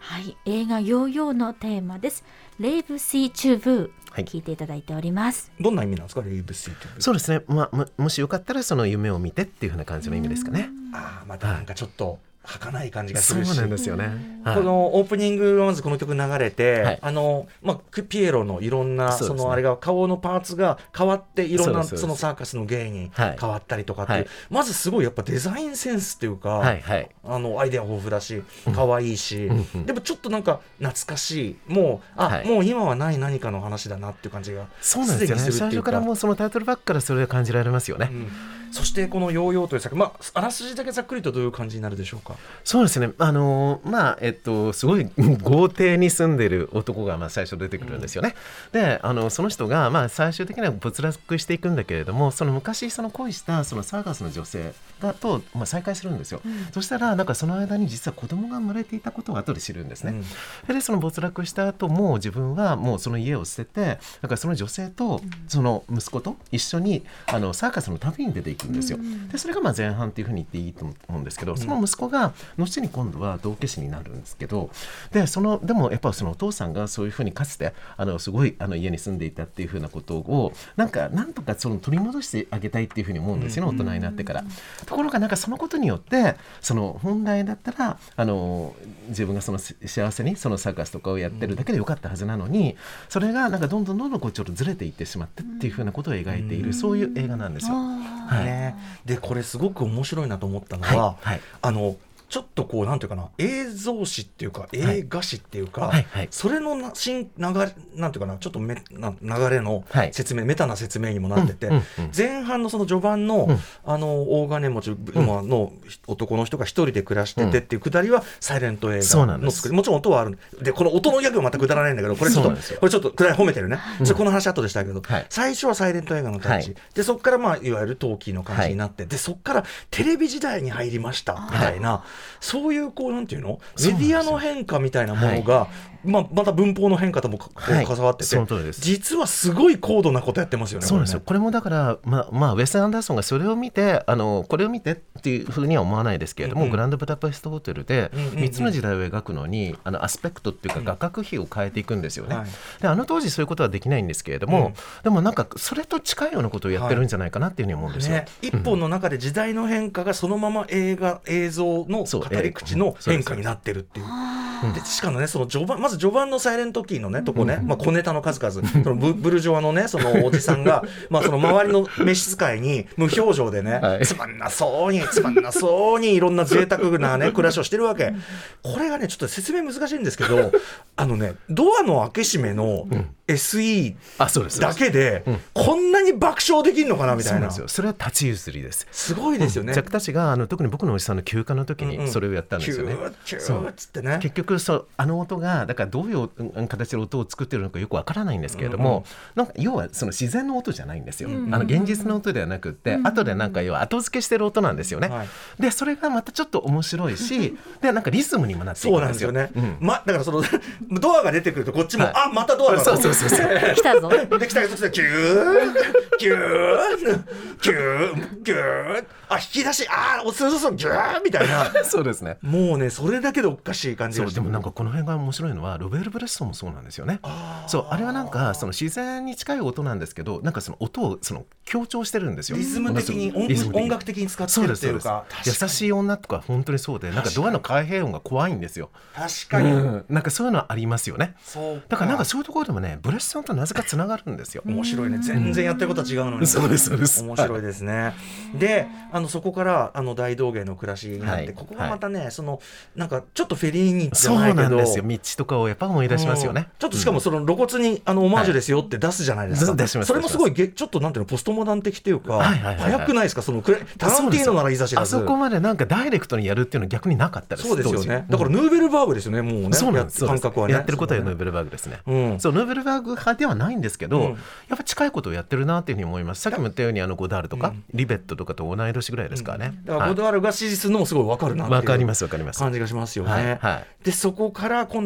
はい、映画ヨーヨーのテーマです。レイブシーチューブー、はい、聞いていただいております。 どんな意味なんですか、レイブシーチューブー。 そうですね、まあ、も, もしよかったらその夢を見てっていう風な感じの意味ですかね。 ああ、またなんかちょっと儚い感じがするし、 そうなんですよね。 このオープニングまずこの曲流れて、はい、あのまあ、ピエロのいろんな そ,、ね、そのあれが顔のパーツが変わっていろんなそのサーカスの芸に変わったりとかっていう、はい、まずすごいやっぱデザインセンスっていうか、はいはい、あのアイデア豊富だし可愛いし、うん、でもちょっとなんか懐かしい、もうあ、はい、もう今はない何かの話だなっていう感じがそうなんですよね。最初からもうそのタイトルバックからそれが感じられますよね。うん、 そしてこのヨーヨーという作品、まあ、あらすじだけざっくりとどういう感じになるでしょうか。 そうですね、あのーまあえっと、すごい豪邸に住んでる男がまあ最初出てくるんですよね。うん、であのその人がまあ最終的には没落していくんだけれども、その昔その恋したそのサーカスの女性がと、まあ、再会するんですよ。うん、そしたらなんかその間に実は子供が生まれていたことを後で知るんですね。うん、でその没落した後も自分はもうその家を捨てて、だからその女性とその息子と一緒にあのサーカスの旅に出ていくんですよ。でそれがまあ前半っていうふうに言っていいと思うんですけど、その息子が後に今度は道化師になるんですけど、でそのでもやっぱそのお父さんがそういうふうにかつてあのすごいあの家に住んでいたっていうふうなことをなんかなんとかその取り戻してあげたいっていうふうに思うんですよね、大人になってから。ところがなんかそのことによってその本来だったらあの自分がその幸せにそのサーカスとかをやってるだけでよかったはずなのに、それがなんかどんどんどんどんこうちょっとずれていってしまってっていうふうなことを描いている、そういう映画なんですよ。はいね、でこれすごく面白いなと思ったのは、はいはい、あのちょっとこうなんていうかな、映像史っていうか映画史っていうか、はいはい、それのな新流れなんていうかな、ちょっとめな流れの説明、はい、メタな説明にもなってて、うんうんうん、前半のその序盤の、うん、あの大金持ちの男の人が一人で暮らしててっていうくだりはサイレント映画の作り、もちろん音はあるで、この音のギャグはまたくだらないんだけど、これちょっとこれちょっとくだり褒めてるね、うん、それこの話後でしたけど、はい、最初はサイレント映画のタッチ、はい、でそこからまあいわゆるトーキーの感じになって、はい、でそこからテレビ時代に入りましたみたいな、はい、そういうこうなんていうのメディアの変化みたいなものが、はい、まあ、また文法の変化とも関わってて、はい、実はすごい高度なことやってますよね。 そうなんですよ。これもだから、まあまあ、ウェス・アンダーソンがそれを見てあのこれを見てっていうふうには思わないですけれども、うんうん、グランドブダペストホテルでみっつの時代を描くのに、うんうん、あのアスペクトっていうか画角比を変えていくんですよね。はい、であの当時そういうことはできないんですけれども、うん、でもなんかそれと近いようなことをやってるんじゃないかなっていうふうに思うんですよ。はいね、 一本の中で時代の変化がそのまま映画映像の語り口の変化になってるっていう。でしかもね、その序盤まず序盤のサイレントキーのねとこね、まあ、小ネタの数々その ブ, ブルジョワのねそのおじさんがまあその周りの召使いに無表情でね、はい、つまんなそうにつまんなそうにいろんな贅沢なね暮らしをしてるわけ。これがねちょっと説明難しいんですけど、あのねドアの開け閉めの エスイー だけでこんなに爆笑できるのかなみたいな。そうなんですよ。 それは立ち譲りです。 すごいですよね。 ジャックたちがあの特に僕のおじさんの休暇の時にそれをやったんですよね。うんうん、キューキューっつってね。結局そうあの音がだからどういう形で音を作ってるのかよくわからないんですけれども、うんうん、なんか要はその自然の音じゃないんですよ。うんうん、あの現実の音ではなくって、うんうん、後でなんか要は後付けしてる音なんですよね。はい、でそれがまたちょっと面白いしでなんかリズムにもなっていくんですよ。 そうなんですよね。うん、ま、だからそのドアが出てくるとこっちも、はい、あまたドアがそうそうそうそう来たぞできたけどキューキューキューキューあ引き出しあそうそうそうギューみたいなそうですね。 もうねそれだけでおかしい感じがして。 そうでもなんかこの辺が面白いのはロベール・ブレストンもそうなんですよね。あそうあれはなんかその自然に近い音なんですけどなんかその音をその強調してるんですよ。 リズム的に 音, 音楽的に使ってるっていうか優しい女とか本当にそうでなんかドアの開閉音が怖いんですよ。 確かに、うん、 なんかそういうのありますよね。そうだからなんかそういうところでもねブレストンとなぜかつながるんですよ。 面白いね。全然やってることは違うのに、うん、 そうですそうです面白いですね。はい、であのそこからあの大道芸の暮らしになって、はい、ここがまたね、はい、そのなんかちょっとフェリーニじゃないけどそうなんですよ。道とかをやっぱ思い出しますよね。うん、 ちょっとしかもその露骨にあのオマージュですよって出すじゃないですか。はい、それもすごいゲちょっとなんていうのポストモダン的っていうか、はいはいはいはい、早くないですか。そのタランティーノならいざ知らずあそこまでなんかダイレクトにやるっていうのは逆になかったです。 そうですよね。だからヌーベルバーグですよね。もうねそうなんです感覚はねやってることはヌーベルバーグですね。うん、そうヌーベルバーグ派ではないんですけど、うん、やっぱ近いことをやってるなっていうふうに思います。さっきも言ったようにあのゴダールとか、うん、リベットとかと同い年ぐらいですからね。 うん、だからゴダールが支持するのもすごい分かるなっていう分かります分かります感じがしますよね。はいはい、でそこから今度はその息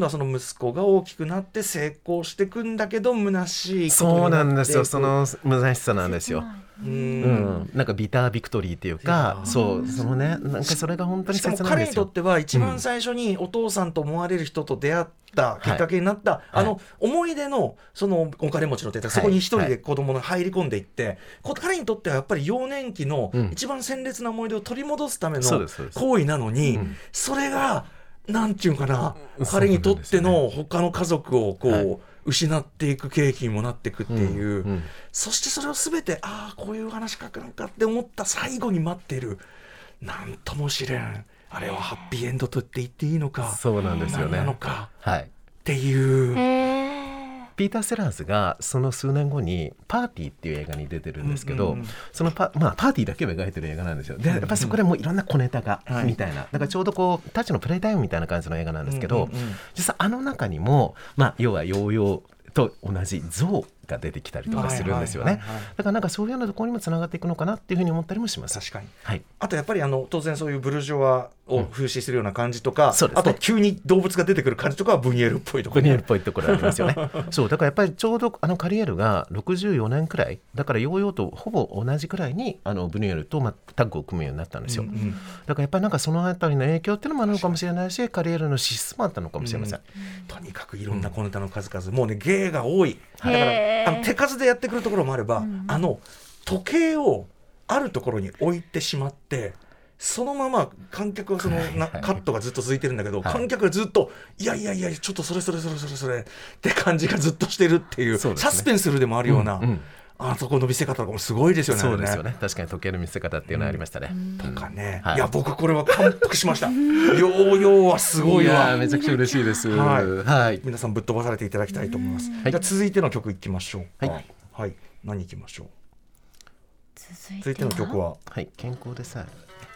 息子が大きくなって成功していくんだけど虚しいことになっていく。 そうなんですよ、その虚しさなんですよ。 うん、うん、なんかビタービクトリーっていうか、そうそのね、なんかそれが本当に切ないんですよ。 しかも彼にとっては一番最初にお父さんと思われる人と出会ったきっかけになった、はい、あの思い出のそのお金持ちの手、はい、そこに一人で子供が入り込んでいって、はいはい、彼にとってはやっぱり幼年期の一番鮮烈な思い出を取り戻すための行為なのに、うん、それがなんていうかな、彼にとっての他の家族をこう、はい、失っていく契機にもなっていくっていう、うんうん、そしてそれを全てああこういう話書くのかって思った最後に待っている、なんとも知れん、あれはハッピーエンドと言って言っていいのか、 そうなんですよね、 何なのか、 はい、 っていうピーター・セラーズがその数年後にパーティーっていう映画に出てるんですけど、うんうんうん、その パ,、まあ、パーティーだけを描いてる映画なんですよ。でやっぱりそこでもういろんな小ネタが、うんうん、みたいな、だからちょうどこうタッチのプレイタイムみたいな感じの映画なんですけど、うんうんうん、実はあの中にも、まあ、要はヨーヨーと同じ像が出てきたりとかするんですよね、はいはいはいはい、だからなんかそういうようなところにもつながっていくのかなっていうふうに思ったりもします。 確かに、 はい、 あとやっぱりあの当然そういうブルジョワを風刺するような感じとか、うんね、あと急に動物が出てくる感じとかはブニエルっぽいところ、 ブニエルっぽいところありますよねそうだからやっぱりちょうどあのカリエルがろくじゅうよねんくらいだからヨーヨーとほぼ同じくらいにあのブニエルと、ま、タッグを組むようになったんですよ、うんうん、だからやっぱりなんかそのあたりの影響っていうのもあるのかもしれないし、カリエルの資質もあったのかもしれません、うん、 とにかくいろんな小ネタの数々、うん、もうね芸が多い、だからあの手数でやってくるところもあれば、うん、あの時計をあるところに置いてしまってそのまま観客はそのなカットがずっと続いてるんだけど、はい、観客がずっといやいやいやちょっとそれそれそれそれそれって感じがずっとしてるっていう、そうですね、サスペンスルでもあるような、うんうん、あそこの見せ方とかもすごいですよね。 そうですよね、確かに時計の見せ方っていうのはありましたね、 うん、とかね、 はい、 いや僕これは感服しましたヨーヨーはすごいわ、 いやめちゃくちゃ嬉しいです、 はいはい、 皆さんぶっ飛ばされていただきたいと思います、はい、じゃあ続いての曲いきましょう。 はい、 はい、何いきましょう。 続いて続いての曲は、 はい、健康でさえ、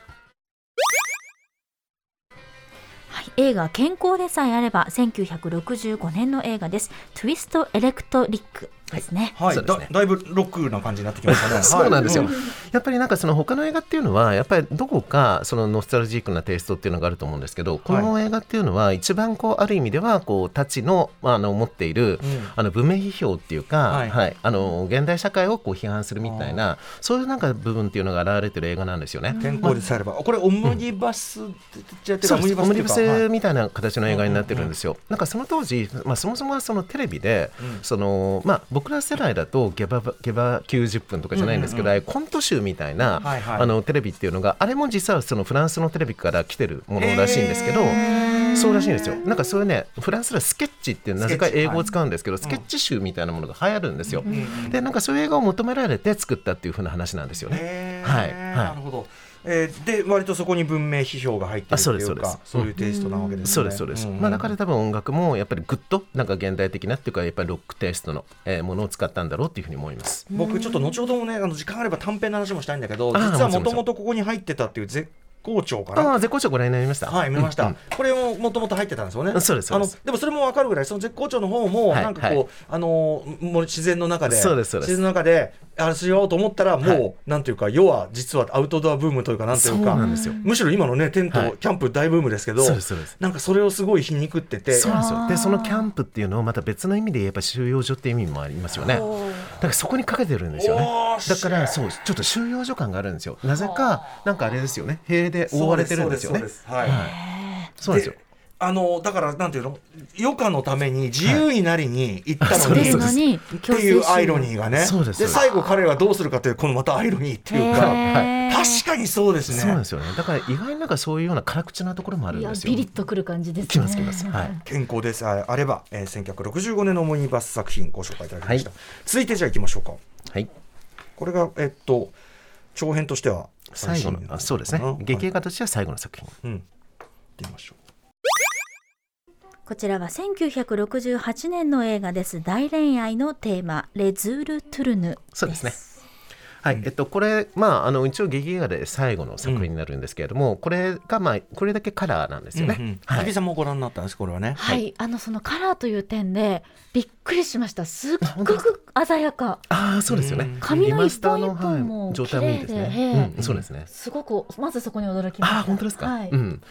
はい、映画健康でさえあればせんきゅうひゃくろくじゅうごねんの映画です。トゥイストエレクトリックですね。 はい、はい、だ, だいぶロックな感じになってきましたねそうなんですよ、はい、やっぱりなんかその他の映画っていうのはやっぱりどこかそのノスタルジックなテイストっていうのがあると思うんですけど、この映画っていうのは一番こうある意味ではこうたちの、あの持っている、うん、あの文明批評っていうか、はいはい、あの現代社会をこう批判するみたいなそういうなんか部分っていうのが現れてる映画なんですよね。 健康でさえあれば、これオムニバスって言ってる、 オムニバスみたいな形の映画になってるんですよ、うんうんうん、なんかその当時、まあ、そもそもはそのテレビで、うん、そのまあ、僕ら世代だとゲバゲバきゅうじゅっぷんとかじゃないんですけど、うんうんうん、コント集みたいな、はいはい、あのテレビっていうのがあれも実はそのフランスのテレビから来てるものらしいんですけど、そうらしいんですよ。なんかそういうね、フランスではスケッチっていうなぜか英語を使うんですけど、スケッチ集みたいなものが流行るんですよ、うん、でなんかそういう映画を求められて作ったっていう風な話なんですよね。はい、はい、 なるほど。えー、で割とそこに文明批評が入ってるっていうか、そういうテイストなわけですね。 そうですそうです、うんうん、まあ、だから多分音楽もやっぱりグッとなんか現代的なっていうかやっぱりロックテイストの、えー、ものを使ったんだろうっていうふうに思います。 僕ちょっと後ほどもね、あの時間あれば短編の話もしたいんだけど、実はもともとここに入ってたっていう絶好調かな。 あ、絶好調ご覧になりました。 はい、見ました、うんうん、これももともと入ってたんですよね。 そうですそうです。 あのでもそれも分かるぐらいその絶好調の方もなんかこう、はいはい、あのもう自然の中でそうですそうです自然の中であれしようと思ったらもう、はい、なんていうか世は実はアウトドアブームというかなんていうか、 そうなんですよ。 むしろ今のねテント、はい、キャンプ大ブームですけど、 そうですそうです。 なんかそれをすごい皮肉ってて、 そうなんですよ。でそのキャンプっていうのをまた別の意味でやっぱ収容所っていう意味もありますよね。だからそこにかけてるんですよね。だからそうちょっと収容所感があるんですよ。なぜかなんかあれですよね、塀で覆われてるんですよね。 はい、 そうですよ。 あのだからなんていうの、余暇のために自由になりに行ったのに、はい、っていうアイロニーがね。 そうですで最後彼はどうするかというこのまたアイロニーっていうか、はい、確かにそうですね。 そうですよね。だから意外になんかそういうような辛口なところもあるんですよ。 ビリッとくる感じですね。 きますきます、はい、 健康でさえあれば、えー、せんきゅうひゃくろくじゅうごねんのオムニバス作品ご紹介いただきました、はい、続いてじゃあ行きましょうか。 はい、 これがえっと長編としては最後の、あ、そうですね、劇映画としては最後の作品、 うん、行ってみましょう。 こちらはせんきゅうひゃくろくじゅうはちねんの映画です。大恋愛のテーマレズール・トゥルヌです。 そうですね。はい、えっと、これ、まあ、あの一応劇映画で最後の作品になるんですけれども、うん、これが、まあ、これだけカラーなんですよね。うんうん、 はい、日比さんもご覧になったんですこれはね。 はい、はい、あのそのカラーという点でびっくりしました。すっごく鮮やか。 ああ、そうですよね。 髪の一本一本も状態もいいですね。うん、そうですね。 すごくまずそこに驚きました。 あ、本当ですか。 はい、 うん、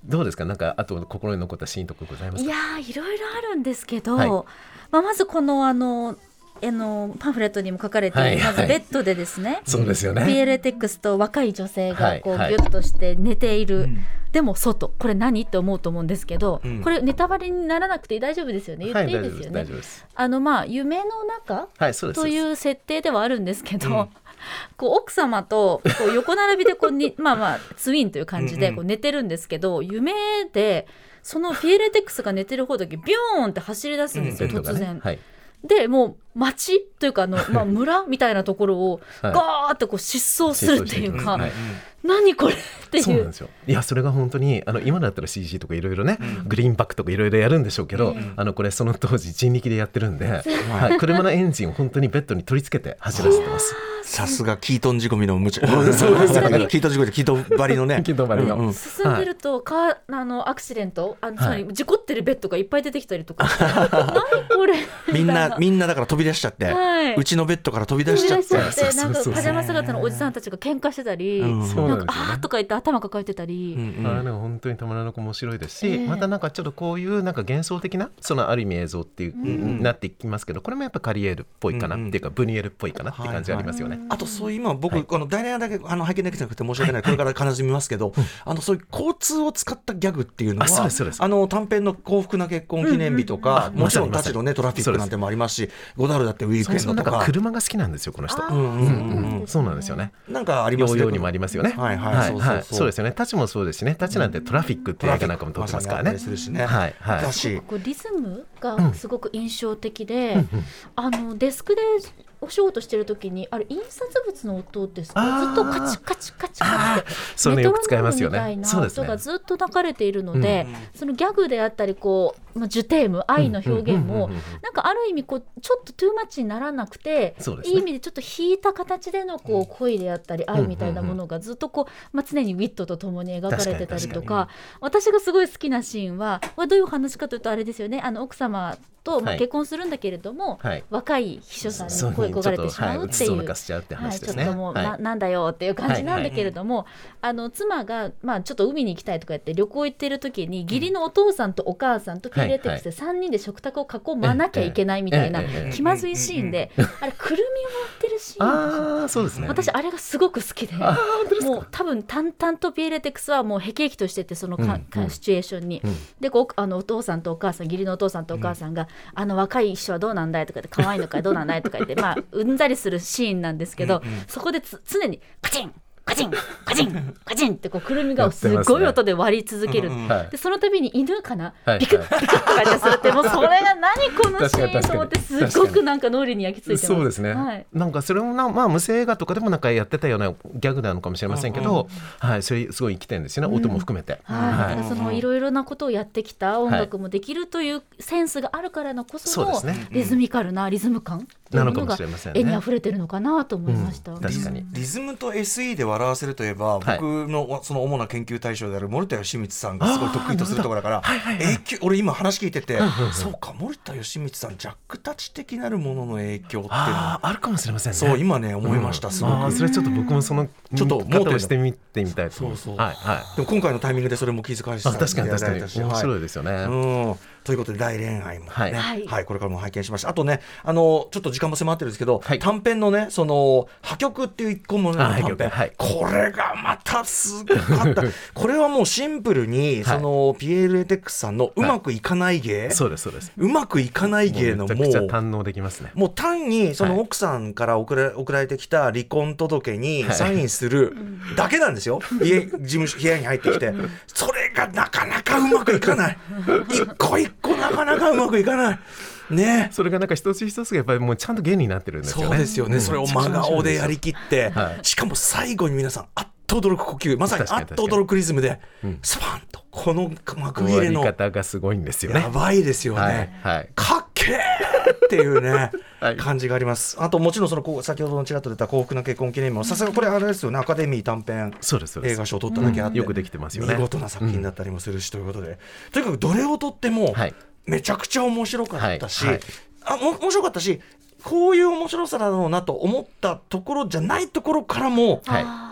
どうですか、なんかあと心に残ったシーンとかございますか？ いやーいろいろあるんですけど、 はいまあ、まずこのあのあのパンフレットにも書かれている、 はいはいまずベッドでですね、 そうですよね。 ピエールエテックスと若い女性がこうはいはいギュッとして寝ている、 うんでも外これ何って思うと思うんですけど、 うんこれネタバレにならなくて大丈夫ですよね、言っていいですよね、 はい、大丈夫です。 あのまあ夢の中はい、そうです。 という設定ではあるんですけど、 うんこう奥様とこう横並びでこうにまあまあツインという感じでうんうんこう寝てるんですけど、夢でそのピエールエテックスが寝てる方だけビューンって走り出すんですよ、 うん突然、 はい。 でもう町というかあの、まあ、村みたいなところをはいガーってこう疾走するっていうか、 はい何これっていうそうなんですよ。いや、それが本当にあの今だったら シージー とかいろいろね、グリーンバックとかいろいろやるんでしょうけど、 うんあのこれその当時人力でやってるんで、はい、車のエンジンを本当にベッドに取り付けて走らせてます。 さすがキートン仕込みの無茶そうですねキートン仕込みでキートン張りのねキートン張りのうんうん進んでると、かあのアクシデントあのつまり事故ってるベッドがいっぱい出てきたりとか、何これみんみたいなみんなだから飛び出しちゃって、 はいうちのベッドから飛び出しちゃって飛び出しちゃってなんかそうそうそうパジャマ姿のおじさんたちが喧嘩してたり、 うんそうなかなんんですよねあーとか言って頭抱えてたり、 うんうんあの本当にたまらなく面白いですし、 ええまたなんかちょっとこういうなんか幻想的なそのある意味映像っていう、 んなっていきますけど、これもやっぱカリエールっぽいかなっていうか、ブニエルっぽいかなっていう感じありますよね。 あとそういう今僕、 はいあの大連だけあの拝見できなくて申し訳ない、これから必ず見ますけど、あのそういう交通を使ったギャグっていうのはあそうですそうですあの短編の幸福な結婚記念日とか、 うんうんもちろんまさにタチのねトラフィックなんてもありますし、ゴダールだってウィークエンそもそもなんかドとか車が好きなんですよこの人。 あうんうんうんうんうんそうなんですよね。 なんかありますねヨーヨーにもありますよね。 はいはいそうそうそうそうですよね。タチもそうですしね。タチなんてトラフィックっていう映画なんかも撮ってますからね。 まさにあったりするしねはいはい。 だしこうリズムがすごく印象的で、あのデスクでお仕事してる時にあれ印刷物の音ですか、 あーずっとカチカチカチカチってそれよく使いますよねメトロノームみたいそうですねな音がずっと流れているので、 うんそのギャグであったりこう、まあ、ジュテーム愛の表現もうんうんうんうんなんかある意味こうちょっとトゥーマッチにならなくて、 そうですねいい意味でちょっと引いた形でのこう恋であったり愛みたいなものがずっとこう、まあ、常にウィットとともに描かれてたりと確か、私がすごい好きなシーンはこれどういう話かというとあれですよね、あの奥様と、まあ、 はい結婚するんだけれども、 はい若い秘書さんそうに恋焦がれてしまうっていう、 ちょっとはい、うつつを抜かしちゃうってはい、 話ですね。 ちょっともう、 はいな, なんだよっていう感じなんだけれども、あの妻が、まあ、ちょっと海に行きたいとか言って旅行行ってる時に義理のお父さんとお母さんとピーレテックスでさんにんで食卓を囲まなきゃいけないみたいなええええ気まずいシーンで、あれくるみを割ってるシーンなんですよ。 ああそうですね。 私あれがすごく好きで、 あー本当ですか。 もう多分淡々とピエールエテックスはもうへきへきとしててそのか、 うんうんかシチュエーションに、 うんでこうあのお父さんとお母さん義理のお父さんとお母さんが、あの若い秘書はどうなんだいとか言って可愛いのかいどうなんだいとか言ってまあうんざりするシーンなんですけど、そこでつ常にカチンカチンカチンカチンってこうくるみがすごい音で割り続ける、 はいでその度に犬かな、 はいビクッビクッとかってするってもうそれが何このシーン確かに確かにと思ってすごくなんか脳裏に焼き付いてます。 そうですね、 はい、 なんかそれもな、まあ、無声映画とかでもなんかやってたようなギャグなのかもしれませんけど、はい、それすごい生きてるんですよね、音も含めて、 はい、だはいからそのいろいろなことをやってきた音楽もできるというセンスがあるからのこそのそうですねリズミカルなリズム感っていうものなのかもがしれませんね絵に溢れてるのかなと思いました。 うん確かにリズムと エスイー で笑わせるといえば、 はい僕のその主な研究対象である森田義満さんがすごい得意とするところだから、影響俺今話聞いてて、そうか森田義満さんジャックタッチ的なるものの影響っていうのあああるかもしれませんね。 そう今ね思いました、 うんすごく。 あーそれちょっと僕もそのちょっと見方をしてみてみたいと思います。 そうそうはいはい。 でも今回のタイミングでそれも気づかれてたあ確かに確かにたし面白いはですよね。 うんということで大恋愛もね、 はいはいこれからも拝見しました。あとねあのちょっと時間も迫ってるんですけど、 はい短編のねその破局っていう一個もののあ破短編、 局はいこれがまたすごかったこれはもうシンプルに、 はいそのピエール・エテックスさんのうまくいかない芸、 そうですそうです。 うまくいかない芸のもうもうめちゃくちゃ堪能できますね。 もう単にそのはい奥さんから送ら送られてきた離婚届にはいサインするだけなんですよ、家事務所部屋に入ってきてそれがなかなかうまくいかない一個一個なかなかうまくいかないね。 それがなんか一つ一つがやっぱりもうちゃんと芸になってるんですよね。 そうですよね、 んそれを真顔でやりきって、 はいしかも最後に皆さんあっと驚く呼吸、まさにあっ確かにと驚くリズムでうんスパンとこの幕切終わりれの方がすごいんですよね。 やばいですよね、 はいはい。 かっけーっていうね、 はい感じがあります。あともちろんそのこう先ほどのちらっと出た幸福な結婚記念日もさすがこれあれですよね、アカデミー短編そうですそうです。 映画賞を取っただけあって、 うんよくできてますよね。 見事な作品だったりもするしということで、とにかくどれをとってもはいめちゃくちゃ面白かったし、 はいはいあも面白かったしこういう面白さだろうなと思ったところじゃないところからもはいあ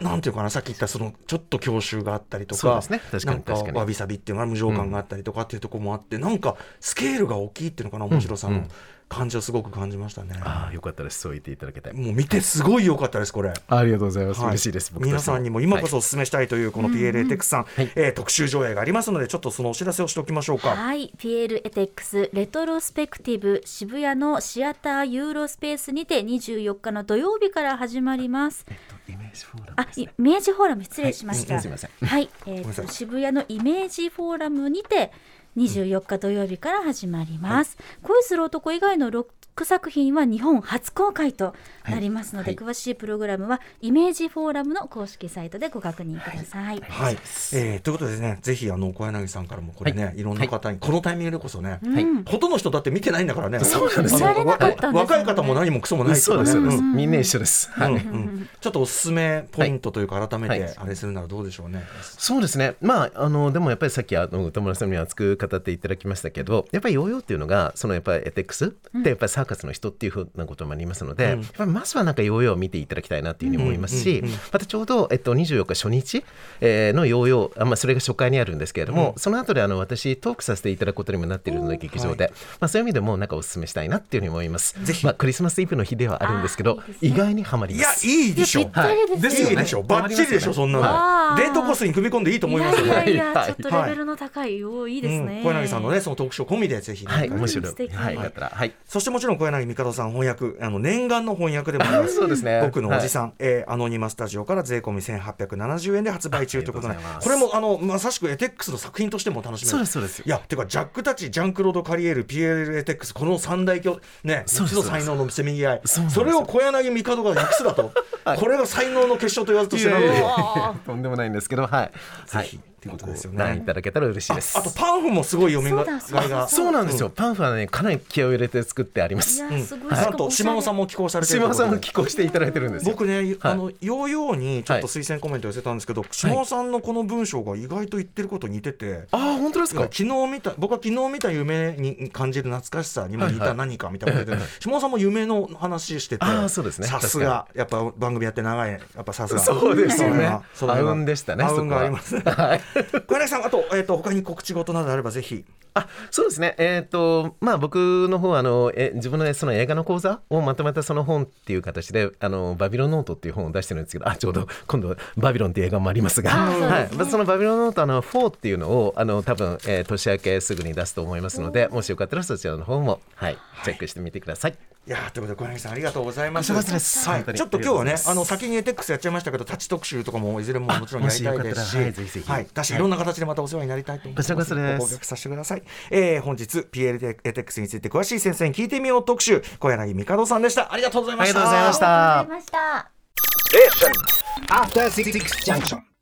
なんていうかな、さっき言ったそのちょっと郷愁があったりとか、 そうですね、確かに確かになんかわびさびっていうのが無情感があったりとかっていうところもあって、うん、なんかスケールが大きいっていうのかな、面白さの、うんうん感じをすごく感じましたね。 ああ、よかったです。そう言っていただけたい。 もう見てすごい良かったですこれ。 ありがとうございます。 はい、 嬉しいです。僕皆さんにも今こそお勧めしたいというこのピエール・エテックスさん、 うんうんえー、特集上映がありますので、ちょっとそのお知らせをしておきましょうか。 はい、ピエール・エテックスレトロスペクティブ渋谷のシアターユーロスペースにてにじゅうよっかの土曜日から始まります。 えっと、イメージフォーラムあ、 ですね、 イメージフォーラム失礼しました。 はい、すみません。 はい、えー、と渋谷のイメージフォーラムにてにじゅうよっか土曜日から始まります。うん、恋する男以外のロック作品は日本初公開となりますので、はいはい、詳しいプログラムはイメージフォーラムの公式サイトでご確認ください。はいはい、えー、ということでね、ぜひあの小柳さんからもこれね、はい、いろんな方に、はい、このタイミングでこそね、はい、ほとんどの人だって見てないんだからね。 そうなんですよ。見られなかったんですよね。 若い方も何もクソもないそうです、そうです、 うん、 みんな一緒です。はい、うんうん、 ちょっとおすすめポイントというか改めてあれするならどうでしょうね。はいはい、 そうですね。まああのでもやっぱりさっきあの歌村さんに熱く語っていただきましたけど、やっぱりヨーヨーっていうのがそのやっぱりエテックスってやっぱりサーカスの人っていうふうなこともありますので、うん、やっぱりまずはなんかヨーヨーを見ていただきたいなっていうふうに思いますし、うんうんうん、またちょうど、えっと、にじゅうよっか初日、えー、のヨーヨー、あ、まあ、それが初回にあるんですけれども、うん、その後であの私トークさせていただくことにもなっているので劇場で、はい、まあ、そういう意味でもなんかお勧めしたいなっていうふうに思います。ぜひ、まあ、クリスマスイブの日ではあるんですけど、いいですね、意外にハマります。 いや、いいでしょ。 はい、 ですよね。いいでしょ。バッチリでしょ、そんなの、はい、デートコースに組み込んでいいと思いますよ。 いやいやいや、ちょっとレベルの高い、はい、いいですね。 うん、小柳さんのねそのトークショー込みでぜひ、 はい、面白い、 はい、 はい、はい、 そしてもちろん小柳帝さん翻訳、あの念願の翻訳でもあります。 そうですね、 僕のおじさん、はい、えー、アノニマスタジオから税込みせんはっぴゃくななじゅうえんで発売中ということで、これもあのまさしくエテックスの作品としても楽しめる。 そうですそうです。 いや、てかジャックたち、ジャンクロード・カリエール、ピエール・エテックス、この三大巨ね、みっつの才能のせめぎ合い、それを小柳帝が訳すだと、はい、これが才能の結晶と言わずとしてなんととんでもないんですけど、はい、はい、ということですよね。ご覧いただけたら嬉しいです。 あ, あとパンフもすごい読みがいがそうなんですよ、うん、パンフはねかなり気を入れて作ってあります。 なんと島尾さんも寄稿されてる。 島尾さんも寄稿していただいてるんですよ。 僕ね、はい、あのヨーヨーにちょっと推薦コメント寄せたんですけど、はい、島尾さんのこの文章が意外と言ってること似てて、はい、 あ本当ですか。 昨日見た僕は昨日見た夢に感じる懐かしさにも似た何かみたいなことで、はいはい、島尾さんも夢の話してて、 あそうですね、 さすがやっぱ番組やって長い、やっぱさすがそうですよね。あうんでしたね。 あうんがありますね。はい、小柳さん、あと、えー、と他に告知事などあればぜひ。 あそうですね、えーとまあ、僕の方はあのえ自分のその映画の講座をまとめたその本っていう形であのバビロンノートっていう本を出してるんですけど、あちょうど今度バビロンっていう映画もありますが、はい、そのバビロンノートあのフォーっていうのをあの多分、えー、年明けすぐに出すと思いますので、もしよかったらそちらの方も、はい、チェックしてみてください。 いやということで小柳さんありがとうございます。 はい、 ちょっと今日はねあの先にエテックスやっちゃいましたけど、タッチ特集とかもいずれももちろんやりたいですし、はい、ぜひぜひ、はい、だしいろんな形でまたお世話になりたいと思います。 こちらこそです。 ご協力させてください。えー、本日 ピーエル エテックスについて詳しい先生に聞いてみよう特集、小柳帝さんでした。ありがとうございました。 ありがとうございました。 ありがとうございました。 After Six Junction